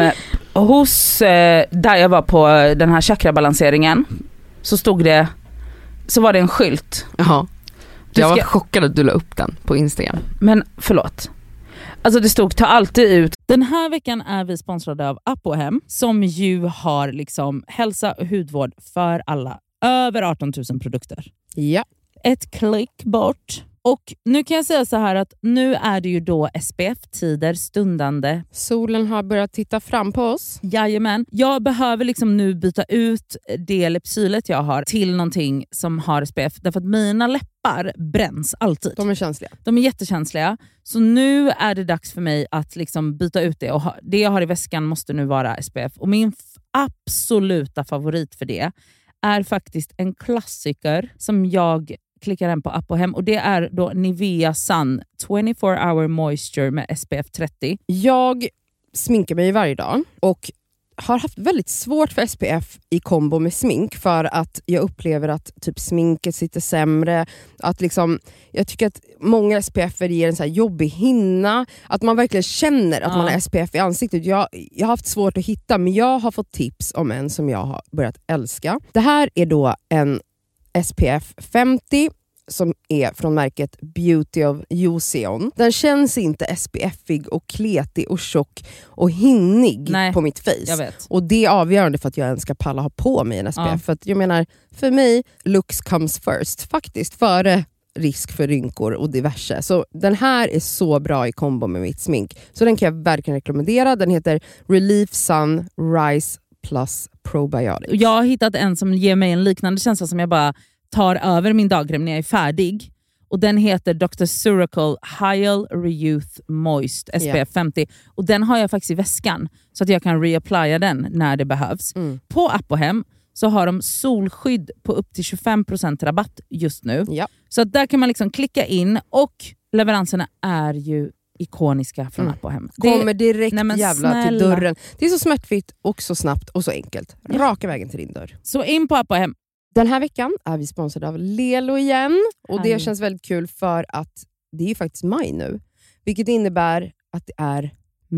hos, äh, där jag var på den här chakrabalanseringen, så stod det, så var det en skylt. Jaha. Jag var ska... chockad att du la upp den på Instagram. Men förlåt. Alltså det stod, ta alltid ut. Den här veckan är vi sponsrade av Apohem, som ju har liksom hälsa och hudvård för alla. Över arton tusen produkter. Ja. Ett klick bort. Och nu kan jag säga så här att nu är det ju då S P F-tider stundande. Solen har börjat titta fram på oss. Jajamän. Jag behöver liksom nu byta ut det läppsylet jag har till någonting som har S P F. Därför att mina läppar bränns alltid. De är känsliga. De är jättekänsliga. Så nu är det dags för mig att liksom byta ut det. Och ha, det jag har i väskan måste nu vara S P F. Och min f- absoluta favorit för det är faktiskt en klassiker som jag klickar den på Apohem, och det är då Nivea Sun twenty-four hour moisture med S P F trettio. Jag sminkar mig varje dag och har haft väldigt svårt för S P F i kombo med smink, för att jag upplever att typ sminket sitter sämre, att liksom, jag tycker att många S P F ger en så här jobbig hinna, att man verkligen känner att ja. man har S P F i ansiktet. Jag, jag har haft svårt att hitta, men jag har fått tips om en som jag har börjat älska. Det här är då en S P F femtio som är från märket Beauty of Joseon. Den känns inte S P F-ig och kletig och tjock och hinnig Nej, på mitt face. Jag vet. Och det är avgörande för att jag ens ska palla ha på mig en S P F. Ja. För att jag menar, för mig, looks comes first. Faktiskt före risk för rynkor och diverse. Så den här är så bra i kombo med mitt smink. Så den kan jag verkligen rekommendera. Den heter Relief Sun Rise Plus Probiotics. Jag har hittat en som ger mig en liknande känsla, som jag bara tar över min dagkräm när jag är färdig. Och den heter doctor Suracle Hyal Reyouth Moist S P F femtio. Och den har jag faktiskt i väskan, så att jag kan reapplya den när det behövs. Mm. På Apohem så har de solskydd på upp till tjugofem procent rabatt just nu. Ja. Så att där kan man liksom klicka in, och leveranserna är ju ikoniska från Mm. Apohem. Kommer direkt nej, men jävla snälla. till dörren. Det är så smärtfritt och så snabbt och så enkelt. Raka vägen till din dörr. Så in på Apohem. Den här veckan är vi sponsrade av Lelo igen. Och det Härligt. känns väldigt kul för att det är ju faktiskt maj nu. Vilket innebär att det är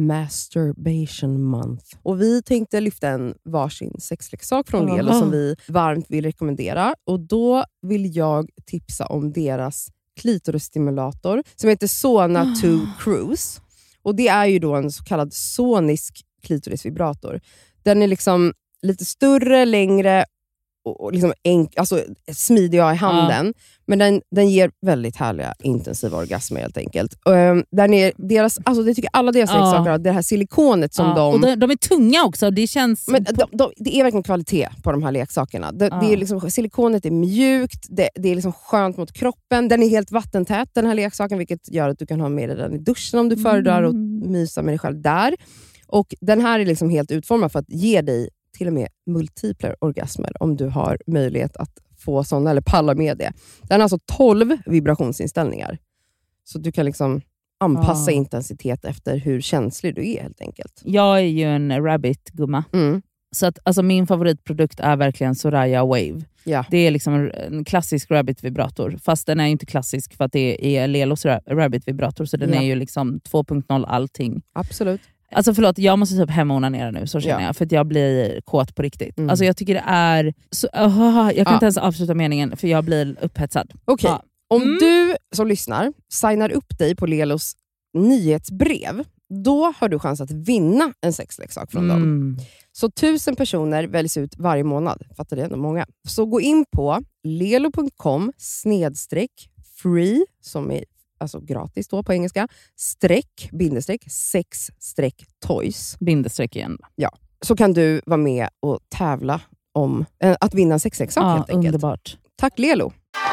Masturbation Month. Och vi tänkte lyfta en varsin sexleksak från Lelo Aha. som vi varmt vill rekommendera. Och då vill jag tipsa om deras klitorisstimulator som heter Sona två Cruise. Och det är ju då en så kallad sonisk klitorisvibrator. Den är liksom lite större, längre och liksom enk, alltså smidig i handen. Ja. Men den, den ger väldigt härliga intensiva orgasmer helt enkelt. Um, den är deras, alltså det tycker alla deras ja. leksaker har, det här silikonet som ja. de... Och de... De är tunga också, det känns... Men de, de, det är verkligen kvalitet på de här leksakerna. Det, ja. det är liksom, silikonet är mjukt, det, det är liksom skönt mot kroppen. Den är helt vattentät den här leksaken, vilket gör att du kan ha med den i duschen om du föredrar och mysa med dig själv där. Och den här är liksom helt utformad för att ge dig till och med multipla orgasmer om du har möjlighet att få sådana eller palla med det. Den har alltså tolv vibrationsinställningar. Så du kan liksom anpassa ah. intensitet efter hur känslig du är helt enkelt. Jag är ju en rabbit-gumma. Mm. Så att, alltså, min favoritprodukt är verkligen Soraya Wave. Ja. Det är liksom en, en klassisk rabbit-vibrator. Fast den är inte klassisk för att det är Lelos rabbit-vibrator. Så den ja. är ju liksom två punkt noll allting. Absolut. Alltså förlåt, jag måste typ hemonanera nu, så känner ja. jag. För att jag blir kåt på riktigt. Mm. Alltså jag tycker det är... Så, oh, jag kan ja. inte ens avsluta meningen för jag blir upphetsad. Okej, okay. ja. Om mm. du som lyssnar signar upp dig på Lelos nyhetsbrev, då har du chans att vinna en sexleksak från mm. dem. Så tusen personer väljs ut varje månad. Fattar det ändå många. Så gå in på lelo punkt com snedstreck free, som är alltså gratis då på engelska, streck, bindestreck, sex streck toys. Bindestreck igen. Ja, så kan du vara med och tävla om äh, att vinna en sexleksak ja, helt enkelt. Underbart. Tack Lelo.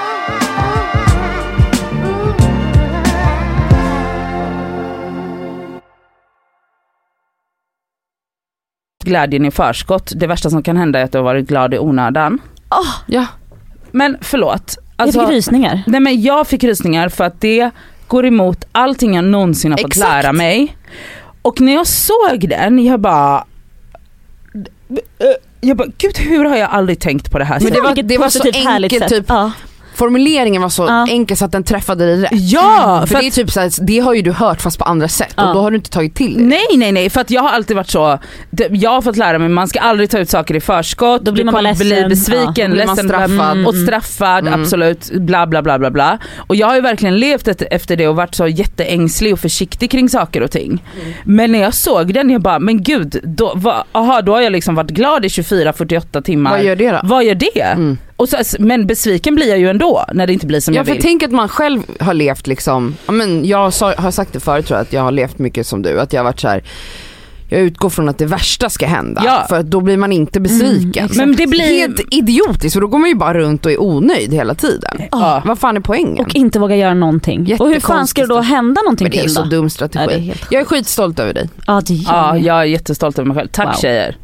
Glädjen i förskott. Det värsta som kan hända är att du har varit glad i onödan. Oh. Ja. Men förlåt. Alltså, jag fick rysningar. Nej, men jag fick rysningar för att det går emot allting jag någonsin har fått Exakt. lära mig. Och när jag såg den, jag bara... Jag bara, gud, hur har jag aldrig tänkt på det här? Men det var, det var så enkelt typ... Ja. Formuleringen var så ja. enkel så att den träffade dig rätt. Ja, för, för det är typ så här, det har ju du hört fast på andra sätt ja. och då har du inte tagit till det. Nej, nej, nej, för att jag har alltid varit så, jag har fått lära mig man ska aldrig ta ut saker i förskott. Då blir man bara bli besviken, ja. blir man straffad mm. och straffad, mm. absolut, bla bla bla bla bla. Och jag har ju verkligen levt efter det och varit så jätteängslig och försiktig kring saker och ting. Mm. Men när jag såg den, jag bara, men gud, då, va, aha, då har jag liksom varit glad i tjugofyra till fyrtioåtta timmar. Vad gör det då? Vad gör det? Mm. Och så, men besviken blir jag ju ändå när det inte blir som ja, jag vill. Jag tänker att man själv har levt liksom, ja, men jag sa, har sagt det förut tror jag, att jag har levt mycket som du, att jag har varit så här. Jag utgår från att det värsta ska hända ja. för att då blir man inte besviken. Mm, men det blir helt idiotiskt för då går man ju bara runt och är onöjd hela tiden. Ja. Vad fan är poängen? Och inte våga göra någonting. Och hur fan ska det då hända någonting till? Men det är så dum strategi. Ja, är helt... Jag är skitstolt över dig. Ja, det gör ja, jag är jättestolt över mig själv. Tack wow. tjejer.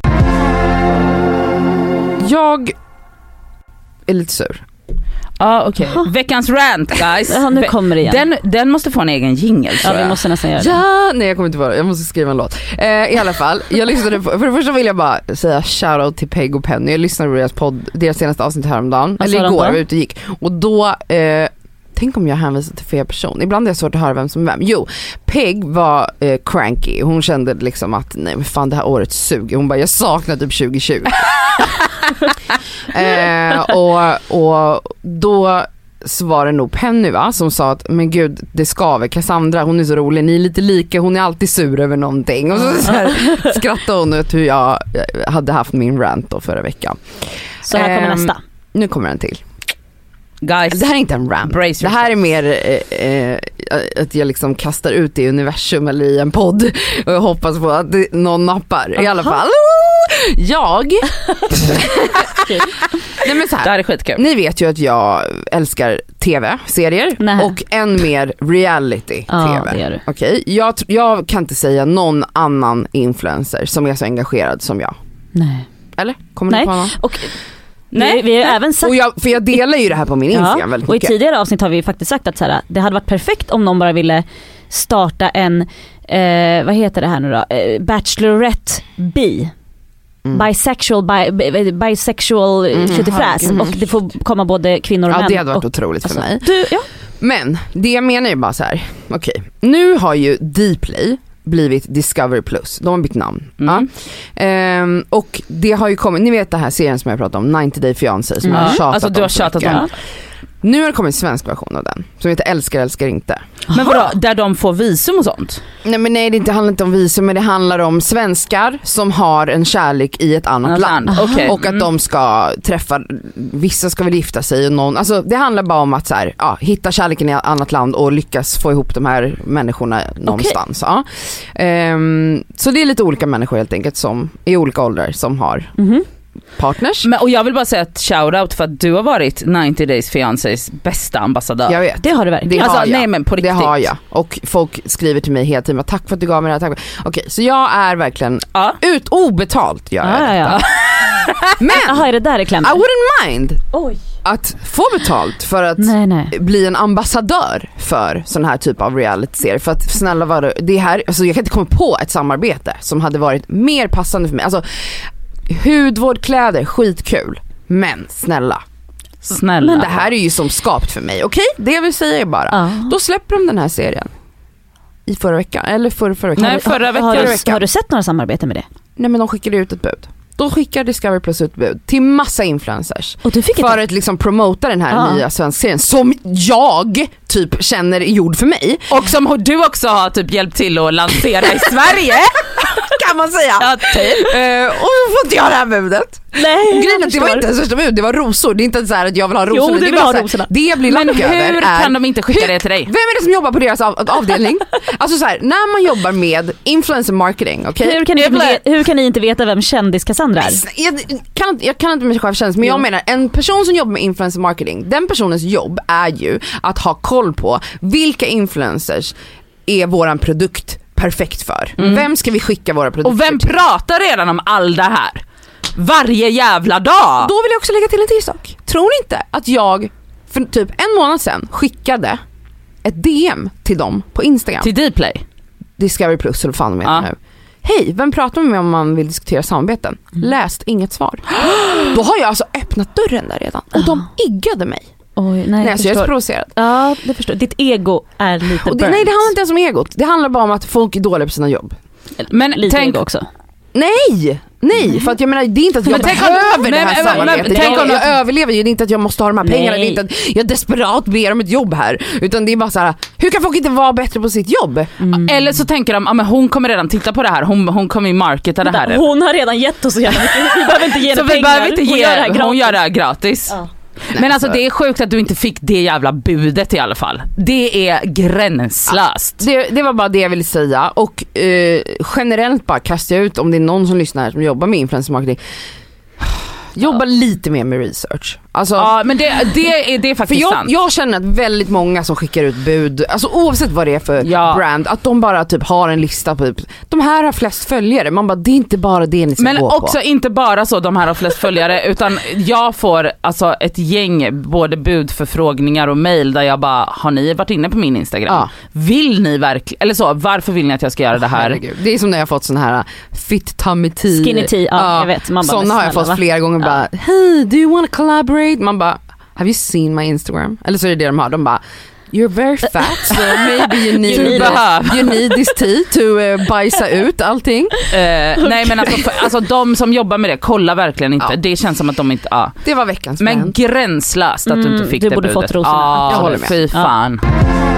Jag är lite sur. Ja, ah, okej. Okay. Veckans rant, guys. Ja, nu kommer det igen. Den, den måste få en egen jingle. Ja, vi måste nästan göra det. Ja, nej jag kommer inte vara. Jag måste skriva en låt. Eh, I alla fall, jag lyssnade på, för det första vill jag bara säga shoutout till Peg och Penny. Jag lyssnade på deras podd, deras senaste avsnitt häromdagen. Vad eller igår, jag var ute och gick. Och då, eh, tänk om jag hänvisar till fel person. Ibland är det svårt att höra vem som är vem. Jo, Peg var eh, cranky. Hon kände liksom att nej men fan det här året suger. Hon bara, jag saknar typ tjugo tjugo. eh, och, och då så var det nog Penny va, som sa att men gud det skaver, Cassandra hon är så rolig, ni är lite lika, hon är alltid sur över någonting och så, så här, skrattade hon åt hur jag hade haft min rant då förra veckan. Så här kommer eh, nästa. Nu kommer den till. Guys, det här är inte en rant. Det här är mer eh, eh, att jag liksom kastar ut det i universum eller i en podd och jag hoppas på att det, någon nappar. Aha. I alla fall. Jag Nej, men så här, det här är skitkul. Ni vet ju att jag älskar tv-serier Nej. och än mer reality-tv. Ja, det gör du. Okej, jag, jag kan inte säga någon annan influencer som är så engagerad som jag. Nej. Eller? Kommer Nej. ni på någon? Och Nej, vi har Nej. även sagt... och jag, för jag delar ju det här på min Instagram ja, väldigt och mycket. I tidigare avsnitt har vi faktiskt sagt att så här, det hade varit perfekt om någon bara ville starta en, eh, vad heter det här nu då? Eh, Bachelorette bi. Mm. Bisexual, bi, bisexual mm. tjuttifräs mm. och det får komma både kvinnor och ja, män. Det hade varit och, otroligt för alltså, mig. Du, ja. Men det jag menar är bara så här. Okej, okay. Nu har ju Dplay blivit Discovery Plus. De har bytt namn. Mm. Ja. Ehm, och det har ju kommit, ni vet det här serien som jag pratade om, nittio Day Fiancé, som mm. jag har tjatat alltså, du har tjatat om. Nu har det kommit en svensk version av den som heter Älskar, älskar inte. Men vadå, där de får visum och sånt? Nej men nej, det inte handlar inte om visum, men det handlar om svenskar som har en kärlek i ett annat Annat land. land. Okay. Och att mm. de ska träffa, vissa ska väl gifta sig och någon, alltså det handlar bara om att så här, ja, hitta kärleken i ett annat land och lyckas få ihop de här människorna någonstans. Okay. Ja. Um, så det är lite olika människor helt enkelt som i olika åldrar som har mm-hmm. partners. Men, och jag vill bara säga ett shoutout för att du har varit nittio Days Fiancés bästa ambassadör. Jag vet. Det har du verkligen. Det alltså, har jag. Nej, men på riktigt. Det har jag. Och folk skriver till mig hela tiden, tack för att du gav mig det här. Tack. Okej, så jag är verkligen ja. ut obetalt gör jag ja, ja, ja. Men aha, är det där reklam? I wouldn't mind Oj. att få betalt för att nej, nej. bli en ambassadör för sån här typ av reality-serier. För att snälla var det, det här, alltså jag kan inte komma på ett samarbete som hade varit mer passande för mig. Alltså hudvård, kläder, skitkul. Men snälla. Snälla. Men det här är ju som skapt för mig. Okej, det jag vill säga är bara. Uh. Då släpper de den här serien. I förra veckan. Eller förra, förra veckan. Nej, förra veckan. Har, förra du, veckan. har du sett några samarbeten med det? Nej, men de skickade ut ett bud. Då skickar Discovery Plus ut bud till massa influencers. Och du fick för att liksom promota den här uh. nya svenska serien. Som jag typ känner är gjord för mig. Och som du också har typ hjälpt till att lansera i Sverige. Kan man säga. Ja, typ. uh, och så får inte jag det här budet. Nej, och grejen, det var inte ens första bud, det var rosor. Det är inte så här att jag vill ha rosor. Jo, det, det, vill ha här, rosorna. Det jag blir lack över är... hur kan de inte skicka hur, det till dig? Vem är det som jobbar på deras av, avdelning? Alltså så här, när man jobbar med influencer marketing, okay? hur, kan ni inte, hur kan ni inte veta vem kändis Cassandra är? Jag kan, jag kan inte med själv kännas, men jag jo. menar en person som jobbar med influencer marketing, den personens jobb är ju att ha koll på vilka influencers är våran produkt perfekt för. Mm. Vem ska vi skicka våra produkter och vem till? pratar redan om all det här? Varje jävla dag. Då vill jag också lägga till en till sak. Tror ni inte att jag för typ en månad sedan skickade ett D M till dem på Instagram? Till Dplay? Discovery Plus, eller fan de heter ja. nu. Hej, vem pratar med om man vill diskutera samarbeten? Mm. Läst inget svar. Då har jag alltså öppnat dörren där redan. Och de iggade mig. Oj, nej, nej, jag, så jag är så provocerad. Ja, det förstår. Ditt ego är lite och det, nej, det handlar inte ens om egot. Det handlar bara om att folk är dåliga på sina jobb. Men lite tänk, ego också. Nej, nej, mm. för att jag menar det är inte att jag men behöver om, det här men, samarbetet. Men, men, jag, jag överlever ju, det är inte att jag måste ha de här pengarna, det är inte att jag desperat ber om ett jobb här, utan det är bara så här: hur kan folk inte vara bättre på sitt jobb? Mm. Eller så tänker de, ja men hon kommer redan titta på det här, hon, hon kommer ju marketa det här. Hon har redan gett oss igen. Vi behöver inte ge henne pengar. Vi behöver inte ge, hon gör det här gratis. Hon gör det här gratis. Ja. Nej, men alltså så. Det är sjukt att du inte fick det jävla budet i alla fall. Det är gränslöst. Ja, det, det var bara det jag ville säga. Och eh, generellt bara kastar jag ut, om det är någon som lyssnar här som jobbar med influencer marketing, jobba ja. lite mer med research. Alltså, ja, men det, det, är, det är faktiskt för jag, sant. Jag känner att väldigt många som skickar ut bud, alltså oavsett vad det är för ja. brand, att de bara typ har en lista på typ, de här har flest följare. Man bara, det är inte bara det ni ska men gå på. Men också inte bara så, de här har flest följare, utan jag får alltså ett gäng både budförfrågningar och mejl där jag bara, har ni varit inne på min Instagram? Ja. Vill ni verkligen, eller så, varför vill ni att jag ska göra det här? Herregud. Det är som när jag har fått sån här fit tummy tea. Skinny tea, ja, ja jag vet. Man bara, såna har jag fått va? flera gånger, ja. bara, hey, do you want to collaborate? Man bara, have you seen my Instagram? Eller så är det det de har, de bara, you're very fat, so maybe you need, you need, you need this tea to uh, bajsa ut allting. Uh, okay. Nej men alltså, för, alltså de som jobbar med det, kolla verkligen inte. Ja. Det känns som att de inte, ja. Det var veckans men man. Gränslöst att mm, du inte fick du det borde budet. Fått rosorna. Ja, jag håller med. Fy fan. Ja.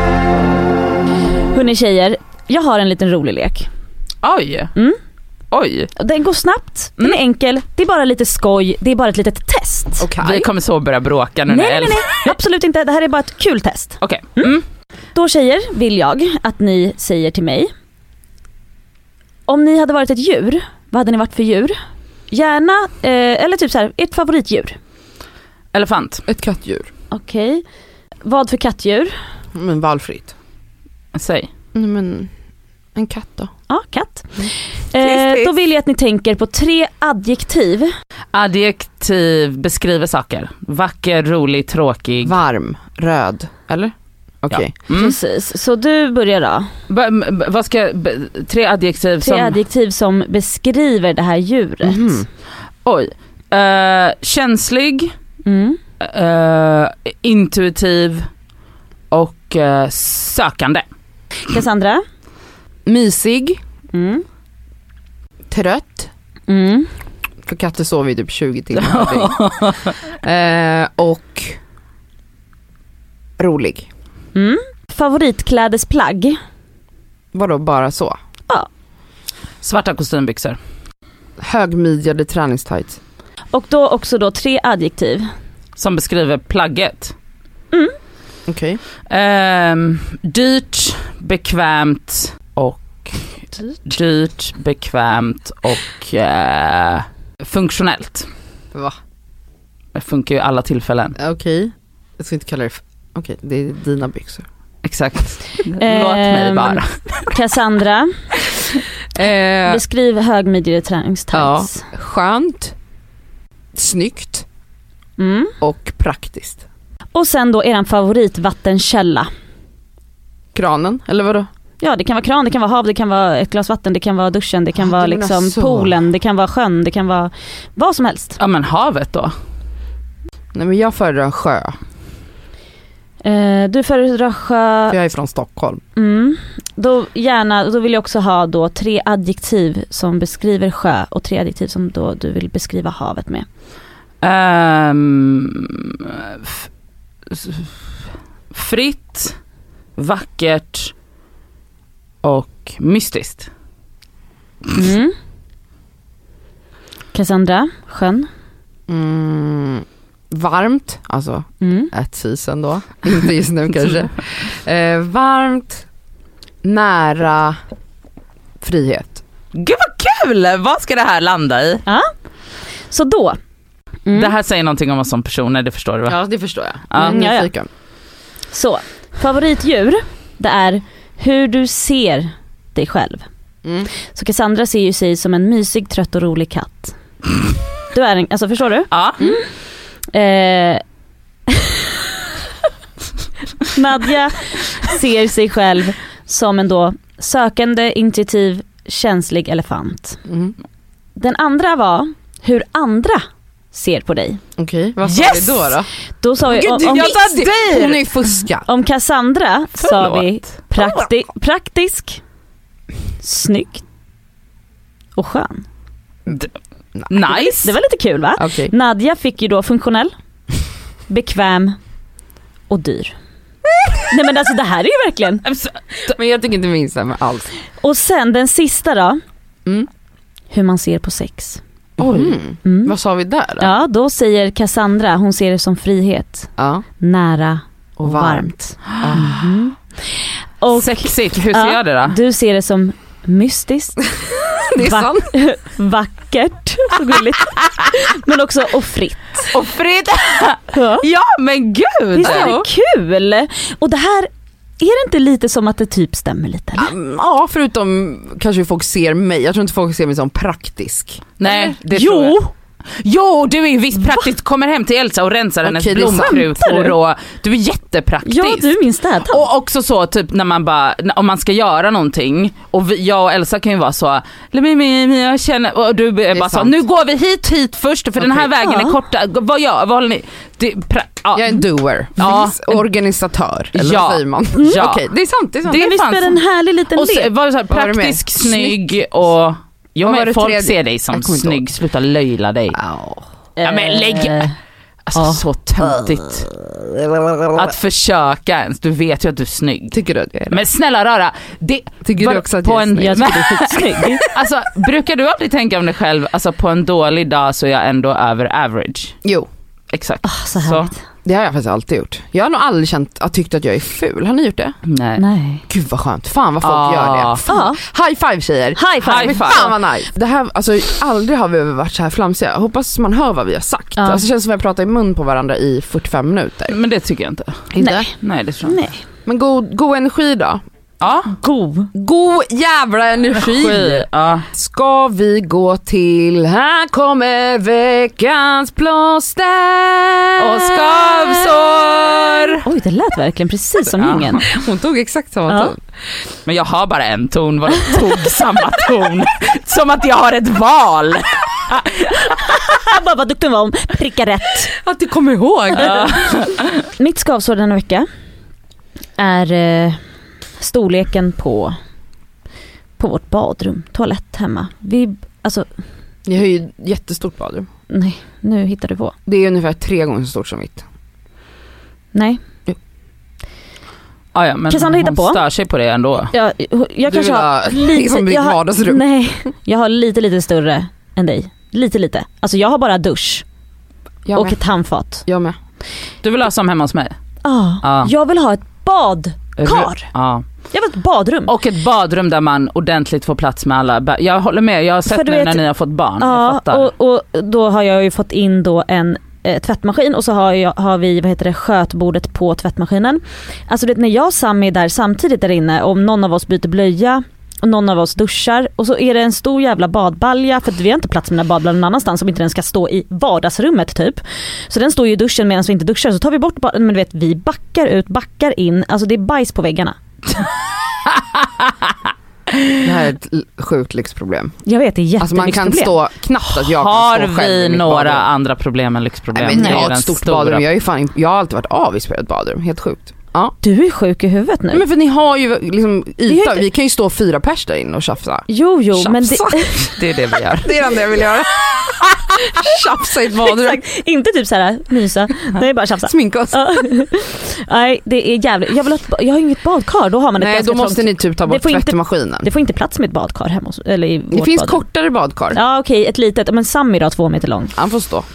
Hörrni tjejer, jag har en liten rolig lek. Oj. Mm. Oj. Den går snabbt, den mm. är enkel, det är bara lite skoj, det är bara ett litet test. Okay. Vi kommer så börja bråka nu. Nej, nej, nej, nej, absolut inte. Det här är bara ett kul test. Okej. Okay. Mm. Då tjejer vill jag att ni säger till mig, om ni hade varit ett djur, vad hade ni varit för djur? Gärna, eh, eller typ så här, ert favoritdjur. Elefant. Ett kattdjur. Okej. Okay. Vad för kattdjur? Men valfritt. Säg. Nej, men en katt då. Ja, katt. Mm. Eh, då vill jag att ni tänker på tre adjektiv. Adjektiv beskriver saker. Vacker, rolig, tråkig. Varm, röd, eller? Okej. Okay. Ja. Mm. Precis, så du börjar då. B- b- vad ska jag, b- tre adjektiv Tre som... adjektiv som beskriver det här djuret. Mm. Oj. Uh, känslig, Mm. uh, intuitiv och uh, sökande. Cassandra? Mysig, Mm. trött. Mm. För katter sover ju typ tjugo timmar. eh, och rolig. Mm. Favoritklädesplagg? Vadå, bara så? Ja. Svarta kostymbyxor. Högmidjade träningstights. Och då också då tre adjektiv. Som beskriver plagget. Mm. Okej. Okay. Um, dyrt, bekvämt och Dyrt. dyrt, bekvämt och uh, funktionellt. Va? Det funkar ju i alla tillfällen. Okej. Okay. Jag ska inte kalla det för... Okej, okay, det är dina byxor. Exakt. Låt mig bara. Cassandra. eh, Beskriv högmidjade träningstights. Ja, skönt, snyggt Mm. och praktiskt. Och sen då eran favoritvattenkälla. Kranen, eller vadå? Ja, det kan vara kran, det kan vara hav, det kan vara ett glas vatten, det kan vara duschen, det kan Ah, vara du menar liksom så. poolen, det kan vara sjön, det kan vara vad som helst. Ja, men havet då? Nej, men jag föredrar sjö. Eh, du föredrar sjö. För jag är från Stockholm. Mm. Då gärna, då vill jag också ha då tre adjektiv som beskriver sjö och tre adjektiv som då du vill beskriva havet med. Um, f- fritt, vackert och mystiskt. Mm. Cassandra, sjön. Mm, varmt, alltså Mm. ett season då. Inte just nu kanske. Eh, varmt, nära, frihet. Gud vad kul! Vad ska det här landa i? Ja. Så då. Mm. Det här säger någonting om oss som personer, det förstår du va? Ja, det förstår jag. Ja. Mm, Ja, ja. nyfiken. Så, favoritdjur, det är hur du ser dig själv. Mm. Så Cassandra ser ju sig som en mysig, trött och rolig katt. Du är en, alltså förstår du? Ja. Eh, Nadja ser sig själv som en då sökande, intuitiv, känslig elefant. Mm. Den andra var hur andra ser på dig. Okej, vad sa Yes! vi då då? Då sa vi, Gud, om, du om, visste- Hon är ju fuska. om Cassandra sa vi Förlåt. prakti, praktisk, snygg och skön. D- nice. Det var lite kul va? Okej. Nadja fick ju då funktionell, bekväm och dyr. Nej men alltså det här är ju verkligen. Men jag tycker inte minst det med alls. Och sen den sista då. Mm. Hur man ser på sex. Oj, Mm. vad sa vi där då? Ja, då säger Cassandra, hon ser det som frihet, Ja. nära och, Och varmt. varmt. Mhm. Och Sexigt, hur ser Ja. jag det då? du ser det som mystiskt, Det är Va- sant. vackert, så gulligt. Men också och fritt. Och fritt! Ja. Ja men gud! Visst är det kul? Och det här, är det inte lite som att det typ stämmer lite? Eller? Ja, förutom kanske folk ser mig. Jag tror inte folk ser mig som praktisk. Nej, det tror jag. Jo! Jo, du är ju visst praktiskt, kommer hem till Elsa och rensar hennes Okej, det är sant. blomkrukor och du är jättepraktisk. Ja, du är min städtant. Och också så typ när man bara, om man ska göra någonting och vi, jag och Elsa kan ju vara så, jag känner, och du är bara så, sant. nu går vi hit hit först för den här Okej. vägen Ja. är korta, vad gör, vad håller ni? Det, pra, ja. Jag är en doer. Ja. Vis organisatör. Eller Ja. vad säger man? Ja. Okej, det är sant. Det är sant. Det är Men visst fan är det en härlig liten och så, lek? var det så här, Vad var det mer? praktisk, snygg och jo, Vad var men det folk tredje? ser dig som Jag kommer inte snygg, sluta löjla dig. Ja. Ja, men lägg- Eh, Alltså Ja. så töntigt. Att försöka ens, du vet ju att du är snygg. Tycker du att jag är det? Men snälla rara, det, Tycker var- du också att på jag är en, snygg? Jag tycker du är skitsnygg. alltså, brukar du aldrig tänka om dig själv, alltså på en dålig dag så är jag ändå över average. Jo, Exakt. Ah, så härligt. det har jag faktiskt alltid gjort. Jag har nog aldrig känt att tyckt att jag är ful. Har ni gjort det? Nej. Nej. Gud vad skönt. Fan vad folk Ah. gör det. Ja. Fan. High five tjejer. High five. High five. Fan vad nice. Det här, alltså, aldrig har vi varit så här flamsiga. Jag hoppas man hör vad vi har sagt. Ja. Alltså, det känns som att vi pratar i mun på varandra i fyrtiofem minuter. Men det tycker jag inte. Inte? Nej, det tror jag inte. Nej. Men god, god energi då. Ja. God. God jävla energi. Skit. Ja. Ska vi gå till, här kommer veckans plåster. Och skavsår. Oj, det lät verkligen precis som Ja. ingen. Hon tog exakt samma Ja. ton. Men jag har bara en ton, vad du tog samma ton. Som att jag har ett val. Bara vad duktig var om pricka rätt. Att du kommer ihåg. Ja. Mitt skavsår denna vecka är eh, storleken på på vårt badrum, toalett hemma. Vi, alltså, Jag har ju jättestort badrum. nej, nu hittar du på. Det är ungefär tre gånger så stort som mitt. Nej, Ah, ja, men Cassandra hittar hon på. stör sig på det ändå. jag, jag Du kanske vill har ha lite, som ditt jag har, vardagsrum. nej, jag har lite lite större än dig. Lite lite. Alltså jag har bara dusch Jag och med. ett handfat. Jag med. Du vill ha som hemma hos mig? Ah, Ja. Jag vill ha ett badkar. Ja. Jag vill ha ett badrum. Och ett badrum där man ordentligt får plats med alla. ba- Jag håller med, jag har sett För du nu vet- när ni har fått barn. Jag Ja, fattar. och, och då har jag ju fått in då en eh, tvättmaskin och så har, jag, har vi vad heter det, skötbordet på tvättmaskinen. Alltså det, när jag och Sammy är där samtidigt där inne, om någon av oss byter blöja och någon av oss duschar och så är det en stor jävla badbalja för att vi har inte plats med den här badbaljan någon annanstans som inte den ska stå i vardagsrummet typ. Så den står ju i duschen medan vi inte duschar, så tar vi bort, men du vet, vi backar ut, backar in, alltså det är bajs på väggarna. Det här är ett l- sjukt lyxproblem. Jag vet, det är Alltså man kan jättelyxproblem. stå, knappt att jag Har kan stå själv i vi mitt några badrum. andra problem än lyxproblem? Nej, men Det är jag har den ett stort stora. badrum. Jag, är ju fan, jag har alltid varit avis på ett badrum. Helt sjukt. Ja. Du är sjuk i huvudet nu. Nej, men för ni har ju liksom Vi har yta. inte- Vi kan ju stå fyra pers där inne och tjafsa. Jo, jo, men det, Tjafsa. Det är det vi gör. Det är det enda jag vill göra. Tjafsa i ett badrum. exakt, inte typ så här mysa, nej bara tjafsa. Sminka oss. Ja. Nej, det är jävligt. Jag, vill ha ett, ba- jag har inget badkar, då har man ett Nej, ganska då måste trångt- ni typ ta Det bort får inte- tvättmaskinen. Det får inte plats med ett badkar hemma hos, eller i Det vårt finns badrum. kortare badkar. Ja okej, ett litet, men Sammy då två meter lång. Han får stå.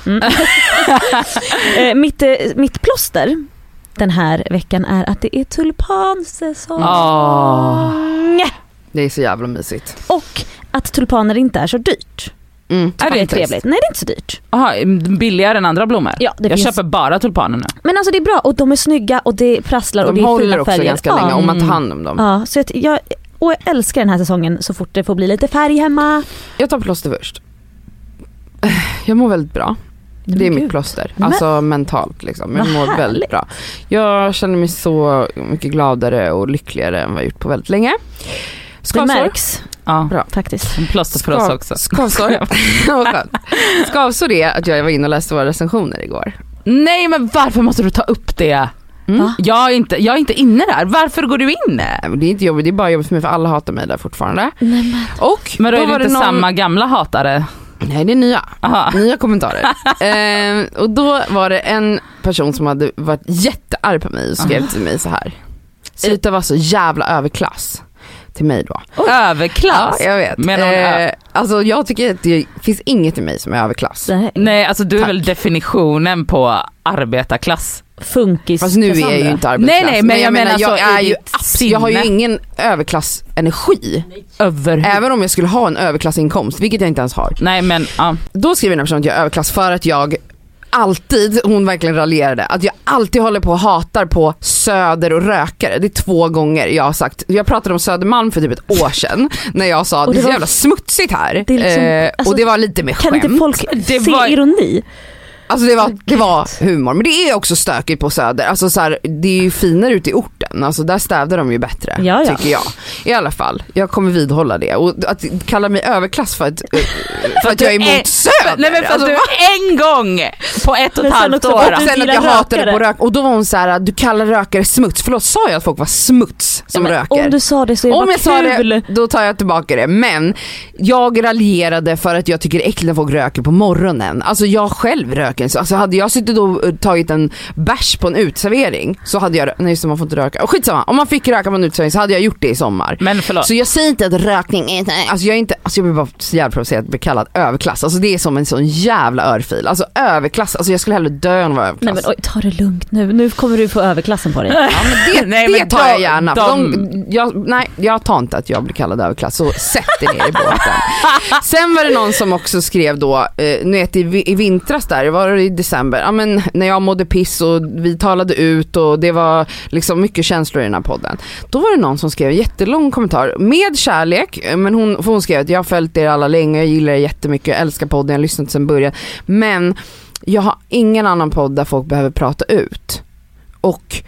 Eh, mitt, eh, mitt plåster den här veckan är att det är tulpansäsong. Åh. Det är så jävla mysigt. Och att tulpaner inte är så dyrt. Mm. Är det är inte? trevligt. Nej, det är inte så dyrt. Aha, billigare än andra blommor? Ja, det jag finns. köper bara tulpaner nu. Men alltså det är bra och de är snygga och det prasslar och De det är håller fina också färger. ganska ja. länge om man tar hand om dem. Ja, så att jag, och jag älskar den här säsongen så fort det får bli lite färg hemma. Jag tar plåster först. Jag mår väldigt bra. Det är Men mitt gud. plåster. Men- Alltså mentalt liksom. Jag Vad mår härligt. väldigt bra. Jag känner mig så mycket gladare och lyckligare än vad jag gjort på väldigt länge. Det Skavsår. märks Ja. Bra. faktiskt. En plåster för oss Skav- också. Skavsår. Vad skönt. Skavsår är att jag var inne och läste våra recensioner igår. Nej, men varför måste du ta upp det? Mm. Va? Jag är, inte, jag är inte inne där. Varför går du in? Nej, men det är inte jobbigt, det är bara jobbigt för mig för alla hatar mig där fortfarande. Nej, men. Och Men då är var det inte någon... samma gamla hatare. Nej, det är nya. Aha. Nya kommentarer. eh, och då var det en person som hade varit jättearg på mig och skrev till mig så här: sluta vara så jävla överklass. Till mig då. Överklass? Ja, jag vet. Menar hon ö- Eh, alltså jag tycker att det finns inget i mig som är överklass. Nej. Nej, alltså du är Tack. väl definitionen på arbetarklass. Funkis. Fast nu är jag ju Cassandra. inte arbetarklass. Nej, nej, men jag menar jag så är i ju ditt abs- jag har ju sinne. ingen överklassenergi. Över. Även om jag skulle ha en överklassinkomst, vilket jag inte ens har. Nej, men ja. Då skriver den här personen att jag är överklass för att jag alltid, hon verkligen raljerade, att jag alltid håller på och hatar på söder och rökare. Det är två gånger jag har sagt, jag pratade om Södermalm för typ ett år sedan när jag sa att Och det det är så var- jävla smutsigt här. Det är liksom- eh, alltså, och det var lite med Kan skämt. inte folk Det se var- ironi? Alltså det var, det var humor, men det är också stökigt på Söder. Alltså så här, det är ju finare ute i orten, alltså där städar de ju bättre, Ja, ja. tycker jag. I alla fall, jag kommer vidhålla det. Och att kalla mig överklass för att, för att jag är emot Söder. Nej, men för att alltså, du en gång på ett och ett Men sen halvt också år. för och du sen att gillar jag hatade rökare. på rök. Och då var hon så här: du kallar rökare smuts. Förlåt, sa jag att folk var smuts som Men röker? om du sa det så är det Om bara jag sa kul. det, då tar jag tillbaka det. Men jag raljerade för att jag tycker det är äckligt när folk röker på morgonen. Alltså jag själv röker. Alltså hade jag suttit och tagit en bärs på en utservering så hade jag, nej så man får inte röka. Och skitsamma, om man fick röka på en utservering så hade jag gjort det i sommar. Men förlåt. Så jag säger inte att rökning är, alltså jag är inte, alltså jag blir bara så jävla provocerad att bli kallad överklass. Alltså det är som en sån jävla örfil. Alltså överklass, alltså jag skulle hellre dö än vara överklass. Nej men oj, ta det lugnt nu. Nu kommer du få överklassen på dig. Ja, men det, Nej, det men tar de- jag gärna. de- De, jag, nej, jag tar inte att jag blir kallad överklass, så sätt dig ner i båten. Sen var det någon som också skrev då, eh, nu vet, i, i vintras där, det var i december, ja, men när jag mådde piss och vi talade ut och det var liksom mycket känslor i den här podden. Då var det någon som skrev en jättelång kommentar med kärlek, men hon, för hon skrev att jag har följt er alla länge, jag gillar er jättemycket, jag älskar podden, jag har lyssnat sedan början, men jag har ingen annan podd där folk behöver prata ut. Och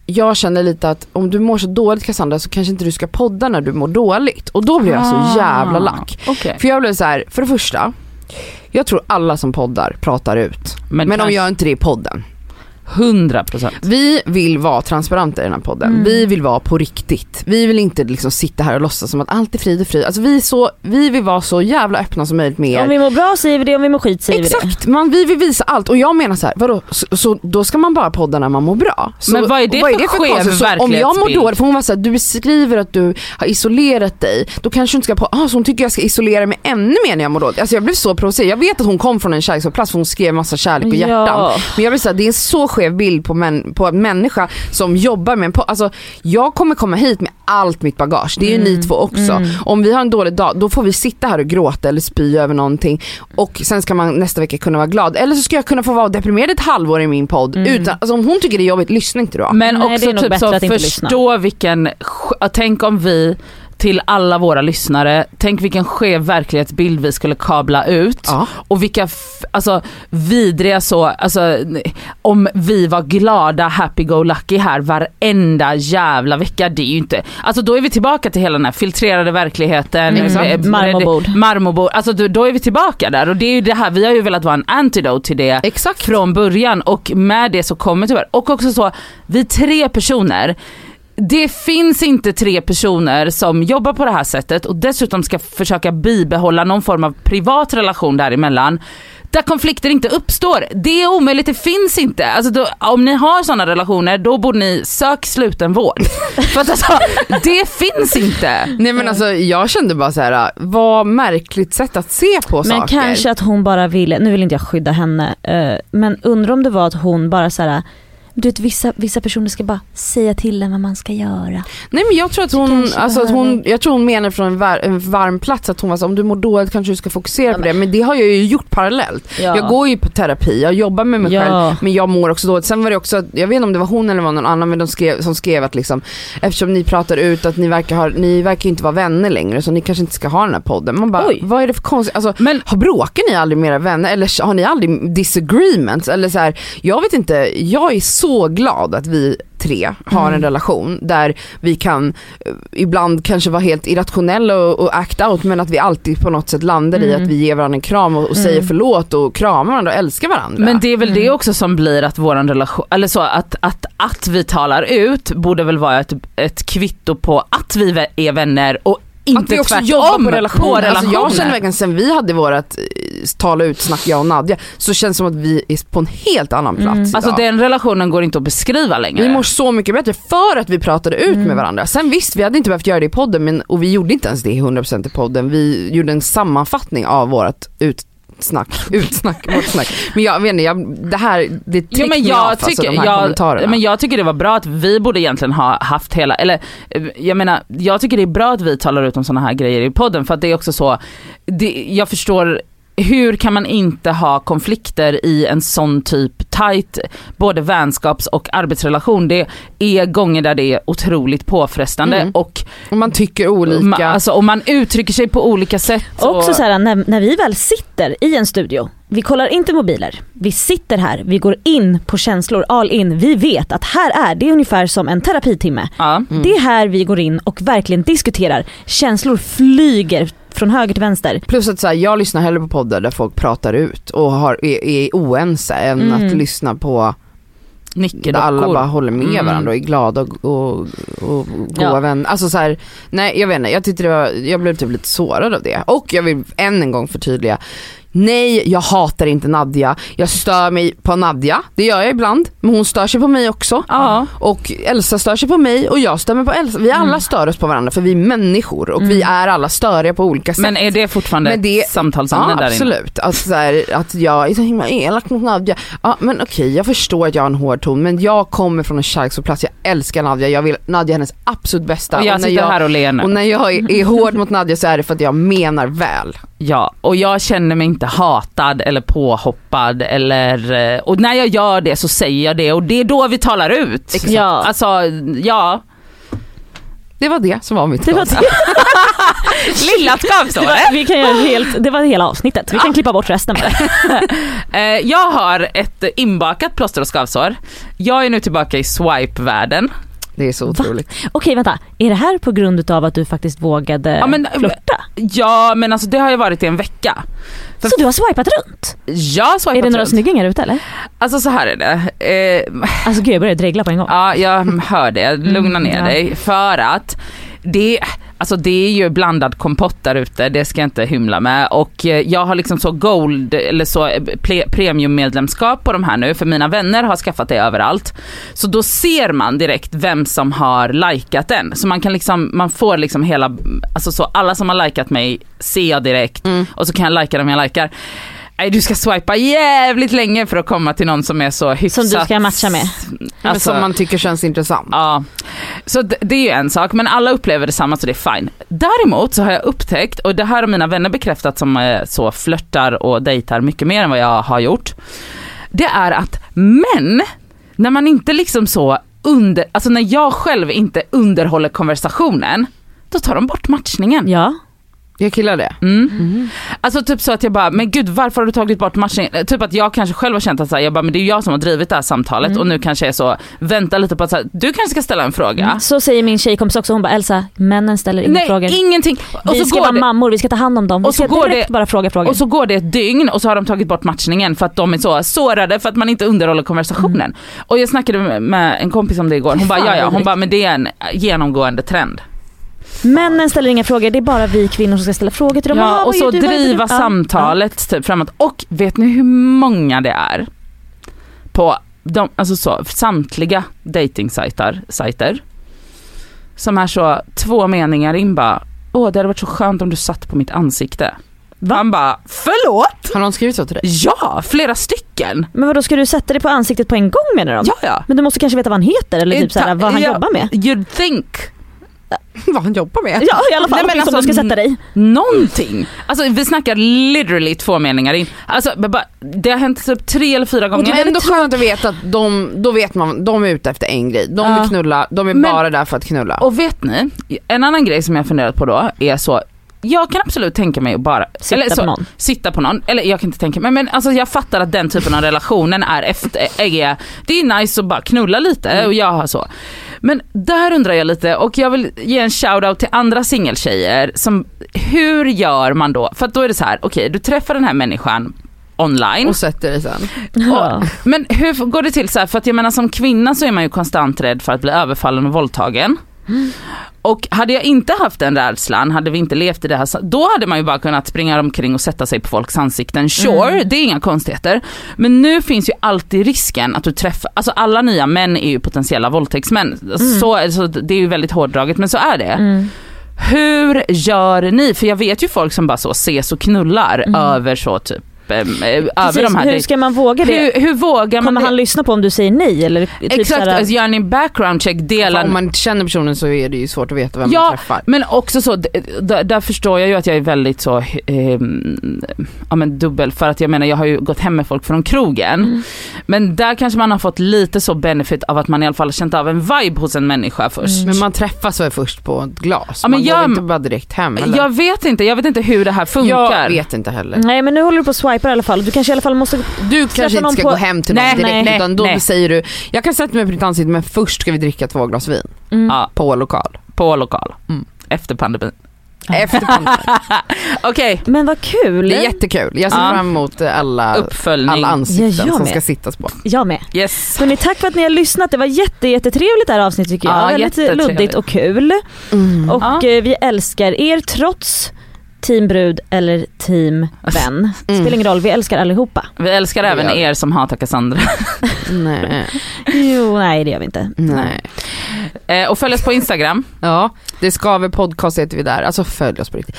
jag känner lite att om du mår så dåligt, Cassandra, så kanske inte du ska podda när du mår dåligt. Och då blir jag så jävla lack. Okay. För jag blev så här, för det första, jag tror alla som poddar pratar ut. Men, men de gör inte det i podden. hundra procent. Vi vill vara transparenta i den här podden. Mm. Vi vill vara på riktigt. Vi vill inte liksom sitta här och låtsas som att allt är frid och frid. Alltså vi, är så, vi vill vara så jävla öppna som möjligt med er. Om vi mår bra säger vi det, om vi mår skit säger Exakt. vi det. Exakt, man, vi vill visa allt. Och jag menar så här, vadå? Så, så då ska man bara podda när man mår bra. Så, men vad är det vad är det för, för skev verklighetsbild? Om jag mår dåligt, för hon var så här, du beskriver att du har isolerat dig, då kanske du inte ska på, ah, så hon tycker jag ska isolera mig ännu mer när jag mår dåligt. Alltså jag blev så provocerad. Jag vet att hon kom från en kärleksplats, för hon skrev massa kärlek och hjärtan. Ja. Men jag vill säga, det är en så skev bild på män på en människa som jobbar med en po- alltså jag kommer komma hit med allt mitt bagage. Det är ju mm. ni två också. Mm. Om vi har en dålig dag, då får vi sitta här och gråta eller spy över någonting, och sen ska man nästa vecka kunna vara glad. Eller så ska jag kunna få vara deprimerad ett halvår i min podd mm. utan, alltså om hon tycker det är jobbigt, lyssna inte då. Men Nej, också typ så förstå vilken, tänk om vi till alla våra lyssnare, tänk vilken skev verklighetsbild vi skulle kabla ut. Ja. Och vilka f- alltså vidriga så, alltså om vi var glada, happy go lucky här varenda jävla vecka, det är ju inte, alltså då är vi tillbaka till hela den här filtrerade verkligheten, mm. marmorbord marmorbord, alltså då, då är vi tillbaka där, och det är ju det här, vi har ju velat vara en antidote till det. Exakt. Från början, och med det så kommer tyvärr, och också så, vi tre personer, det finns inte tre personer som jobbar på det här sättet och dessutom ska försöka bibehålla någon form av privat relation däremellan där konflikter inte uppstår. Det är omöjligt, det finns inte. Alltså då, om ni har sådana relationer, då borde ni söka sluten vård. För att alltså, det finns inte. Nej men alltså, jag kände bara så här, vad märkligt sätt att se på men saker. Men kanske att hon bara ville, nu vill inte jag skydda henne, men undrar om det var att hon bara så här, du vet, vissa, vissa personer ska bara säga till en vad man ska göra. Nej men jag tror att hon, alltså att hon jag tror hon menar från en, var, en varm plats att hon var så, om du mår dåligt kanske du ska fokusera ja, på det. Men det har jag ju gjort parallellt. Ja. Jag går ju på terapi, jag jobbar med mig ja. själv, men jag mår också dåligt. Sen var det också, jag vet inte om det var hon eller var någon annan, men de skrev, som skrev att liksom, eftersom ni pratar ut att ni verkar, ha, ni verkar inte vara vänner längre, så ni kanske inte ska ha den här podden. Man bara, oj, vad är det för konstigt? Alltså, men har bråkar ni aldrig med era vänner? Eller har ni aldrig disagreements? Eller så här, jag vet inte, jag är så glad att vi tre har mm. en relation där vi kan uh, ibland kanske vara helt irrationella och, och act out, men att vi alltid på något sätt landar mm. i att vi ger varandra en kram och, och mm. säger förlåt och kramar varandra och älskar varandra. Men det är väl mm. det också som blir att våran relation, eller så att, att, att vi talar ut borde väl vara ett, ett kvitto på att vi är vänner och inte att vi också jobbar på relationer. Alltså jag känner verkligen sen vi hade vårat tala ut snack jag och Nadja, så känns det som att vi är på en helt annan plats mm. Alltså den relationen går inte att beskriva längre. Vi mår så mycket bättre för att vi pratade ut mm. med varandra. Sen visst, vi hade inte behövt göra det i podden, men, och vi gjorde inte ens det hundra procent i podden. Vi gjorde en sammanfattning av vårat ut snack, utsnack, vårt snack. Men jag vet inte, jag, det här det jo, men jag av, tycker, alltså, de här jag, kommentarerna. Men jag tycker det var bra att vi borde egentligen ha haft hela, eller jag menar, jag tycker det är bra att vi talar ut om såna här grejer i podden, för att det är också så, det, jag förstår, hur kan man inte ha konflikter i en sån typ tight både vänskaps- och arbetsrelation? Det är gånger där det är otroligt påfrestande mm. och, och man tycker olika. Man, alltså, och man uttrycker sig på olika sätt. Också och, så här, när, när vi väl sitter i en studio, vi kollar inte mobiler, vi sitter här, vi går in på känslor, all in, vi vet att här är det är ungefär som en terapitimme. Ja. Mm. Det är här vi går in och verkligen diskuterar. Känslor flyger från höger till vänster. Plus att så här, jag lyssnar hellre på poddar där folk pratar ut och har, är, är oense än mm. att lyssna på där alla bara håller med mm. varandra och är glada och, och, och goda ja. vänner. Alltså så här, nej jag vet inte, jag tyckte det var, jag blev typ lite sårad av det. Och jag vill än en gång förtydliga, nej, jag hatar inte Nadja. Jag stör mig på Nadja. Det gör jag ibland. Men hon stör sig på mig också. Ja. Och Elsa stör sig på mig. Och jag stör mig på Elsa. Vi alla mm. stör oss på varandra. För vi är människor. Och mm. vi är alla störiga på olika sätt. Men är det fortfarande det, ett samtalsämne ja, där absolut. Att, så här, att jag är så himla elak mot Nadja. Ja, men okej, okay, jag förstår att jag har en hård ton. Men jag kommer från en kärleksplats. Jag älskar Nadja. Jag vill Nadja är hennes absolut bästa. Och jag sitter jag, här och ler nu. Och när jag är, är hård mot Nadja så är det för att jag menar väl. Ja, och jag känner mig inte hatad eller påhoppad eller, och när jag gör det så säger jag det och det är då vi talar ut. Exakt. Ja. Alltså, ja. det var det som var mitt det var det. Lilla skavsår. Vi kan göra helt, det var hela avsnittet. Vi kan ja. klippa bort resten med det. Jag har ett inbakat plåster och skavsår. Jag är nu tillbaka i swipe-världen. Det är så otroligt. Va? Okej, vänta. Är det här på grund av att du faktiskt vågade ja, men, flirta? Ja, men alltså det har ju varit i en vecka. För så du har swipat runt? Jag har swipat runt. Är det några snyggingar ute eller? Alltså så här är det. Eh, alltså gud, jag börjar dregla på en gång. Ja, jag hör det. Lugna ner mm, ja. dig. För att det, alltså det är ju blandad kompott där ute, det ska jag inte hymla med. Och jag har liksom så gold eller så pre- premiummedlemskap på de här nu, för mina vänner har skaffat det överallt. Så då ser man direkt vem som har likat den. Så man kan liksom, man får liksom hela, alltså så alla som har likat mig ser jag direkt mm. och så kan jag lika dem jag likar. Nej, du ska swipa jävligt länge för att komma till någon som är så hyfsat. Som du ska matcha med. Alltså, som man tycker känns intressant. Ja, så det, det är ju en sak. Men alla upplever detsamma, så det är fine. Däremot så har jag upptäckt, och det här har mina vänner bekräftat som så flörtar och dejtar mycket mer än vad jag har gjort. Det är att män, när man inte liksom så under, alltså när jag själv inte underhåller konversationen, då tar de bort matchningen. Ja. Jag killar det. Mm. Mm. Alltså typ så att jag bara, men gud, varför har du tagit bort matchningen? Typ att jag kanske själv har känt att så här, jag bara, men det är jag som har drivit det här samtalet mm. och nu kanske är så, vänta lite på att så här, du kanske ska ställa en fråga. Mm. Så säger min tjejkompis också, hon bara, Elsa, männen ställer inga Nej, frågor. Ingenting. Och vi så ska vara det... mammor, vi ska ta hand om dem. Vi och så ska går direkt det... bara fråga frågor. Och så går det ett dygn och så har de tagit bort matchningen för att de är så sårade för att man inte underhåller konversationen. Mm. Och jag snackade med en kompis om det igår. Hon bara, ja ja, hon bara, men det är en genomgående trend. Männen ställer inga frågor, det är bara vi kvinnor som ska ställa frågor till dem. Ja, och så driva samtalet typ framåt. Och vet ni hur många det är på de, alltså så, samtliga datingsajter sajter, som är så två meningar in bara, åh, det hade varit så skönt om du satt på mitt ansikte. Va? Han bara, förlåt? Har någon skrivit så till dig? Ja, flera stycken. Men vadå, ska du sätta dig på ansiktet på en gång menar de? Ja, ja. Men du måste kanske veta vad han heter eller typ såhär, vad han ja, jobbar med. You'd think. Vad han jobbar med. Ja, i alla fall. Nej, men alltså, du ska sätta dig. Någonting. Alltså vi snackar literally två meningar in. Alltså det har hänt typ tre eller fyra gånger. Och det är ändå skönt att veta att de, då vet man, de är ute efter en grej. De vill knulla, de är men, bara där för att knulla. Och vet ni, en annan grej som jag funderat på då är så, jag kan absolut tänka mig att bara sitta, eller så, på, någon. sitta på någon. Eller jag kan inte tänka mig, men alltså jag fattar att den typen av relationen är efter, är, det är nice att bara knulla lite mm. och jag har så. Men där undrar jag lite, och jag vill ge en shoutout till andra singeltjejer som, hur gör man då? För att då är det så här, okej, okay, du träffar den här människan online och sätter dig sen. Och, men hur går det till så här? För att jag menar, som kvinna så är man ju konstant rädd för att bli överfallen och våldtagen. Mm. Och hade jag inte haft den rädslan, hade vi inte levt i det här, då hade man ju bara kunnat springa omkring och sätta sig på folks ansikten. Sure, mm. det är inga konstigheter. Men nu finns ju alltid risken att du träffar, alltså alla nya män är ju potentiella våldtäktsmän. Mm. Så, så det är ju väldigt hårdraget, men så är det. Mm. Hur gör ni? För jag vet ju folk som bara så ses och knullar mm. över så typ över de här. Hur ska man våga det? Hur, hur vågar man Kommer det? han lyssna på om du säger nej? Eller typ exakt, alltså, gör ni en background check, delar. Om man inte känner personen så är det ju svårt att veta vem ja, man träffar. Men också så, där, där förstår jag ju att jag är väldigt så eh, ja men dubbel, för att jag menar, jag har ju gått hem med folk från krogen. Mm. Men där kanske man har fått lite så benefit av att man i alla fall har känt av en vibe hos en människa först. Mm. Men man träffas så först på ett glas. Ja, man men jag, går inte bara direkt hem. Eller? Jag vet inte, jag vet inte hur det här funkar. Jag vet inte heller. Nej, men nu håller du på att swipa i alla fall. Du kanske i alla fall måste du kanske inte ska på... gå hem till någon nej, direkt nej, utan då nej. säger du, jag kan sätta mig på ditt ansikte men först ska vi dricka två glas vin. Mm. Ja. På lokal. På lokal. Mm. Efter pandemin. Efter pandemin. Okej. Okay. Men vad kul. Det är jättekul. Jag ser ja. fram emot alla, alla ansikten ja, som ska sittas på. Jag med. Yes. Hörrni, tack för att ni har lyssnat. Det var jätte, jättetrevligt det här avsnittet tycker jag. Ja, väldigt luddigt och kul. Mm. Och ja. vi älskar er trots teambrud eller teamvän. Mm. Spelar ingen roll, vi älskar allihopa. Vi älskar även ja. er som hatar Cassandra. Nej. Jo, nej det gör vi inte. Nej. Eh, och följ oss på Instagram. Ja, det ska vi podcast heter vi där. Alltså följ oss på riktigt.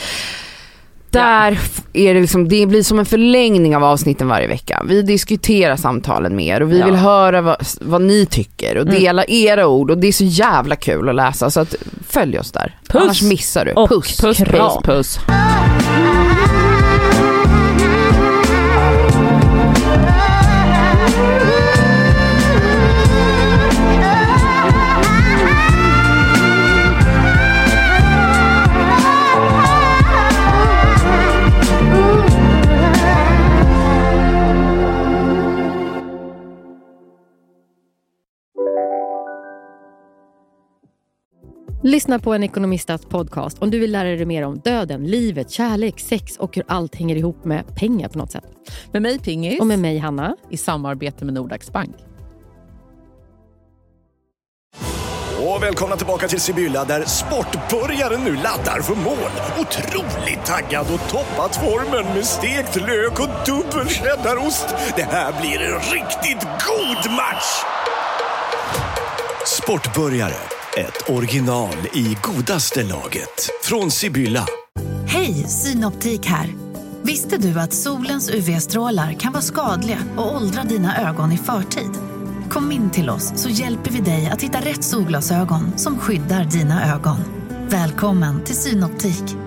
Där ja. är det liksom, det blir som en förlängning av avsnitten varje vecka. Vi diskuterar samtalen med er och vi ja. vill höra vad, vad ni tycker och dela mm. era ord och det är så jävla kul att läsa så att följ oss där. Puss. Annars missar du. Och puss, puss, puss, puss, puss. Lyssna på En ekonomistas podcast om du vill lära dig mer om döden, livet, kärlek, sex och hur allt hänger ihop med pengar på något sätt. Med mig Pingis. Och med mig Hanna. I samarbete med Nordax Bank. Och välkomna tillbaka till Sibylla där sportbörjaren nu laddar för mål. Otroligt taggad och toppat formen med stekt lök och dubbel cheddarost. Det här blir en riktigt god match! Sportbörjare, ett original i godaste laget. Från Sibylla. Hej, Synoptik här. Visste du att solens U V-strålar kan vara skadliga och åldra dina ögon i förtid? Kom in till oss så hjälper vi dig att hitta rätt solglasögon som skyddar dina ögon. Välkommen till Synoptik.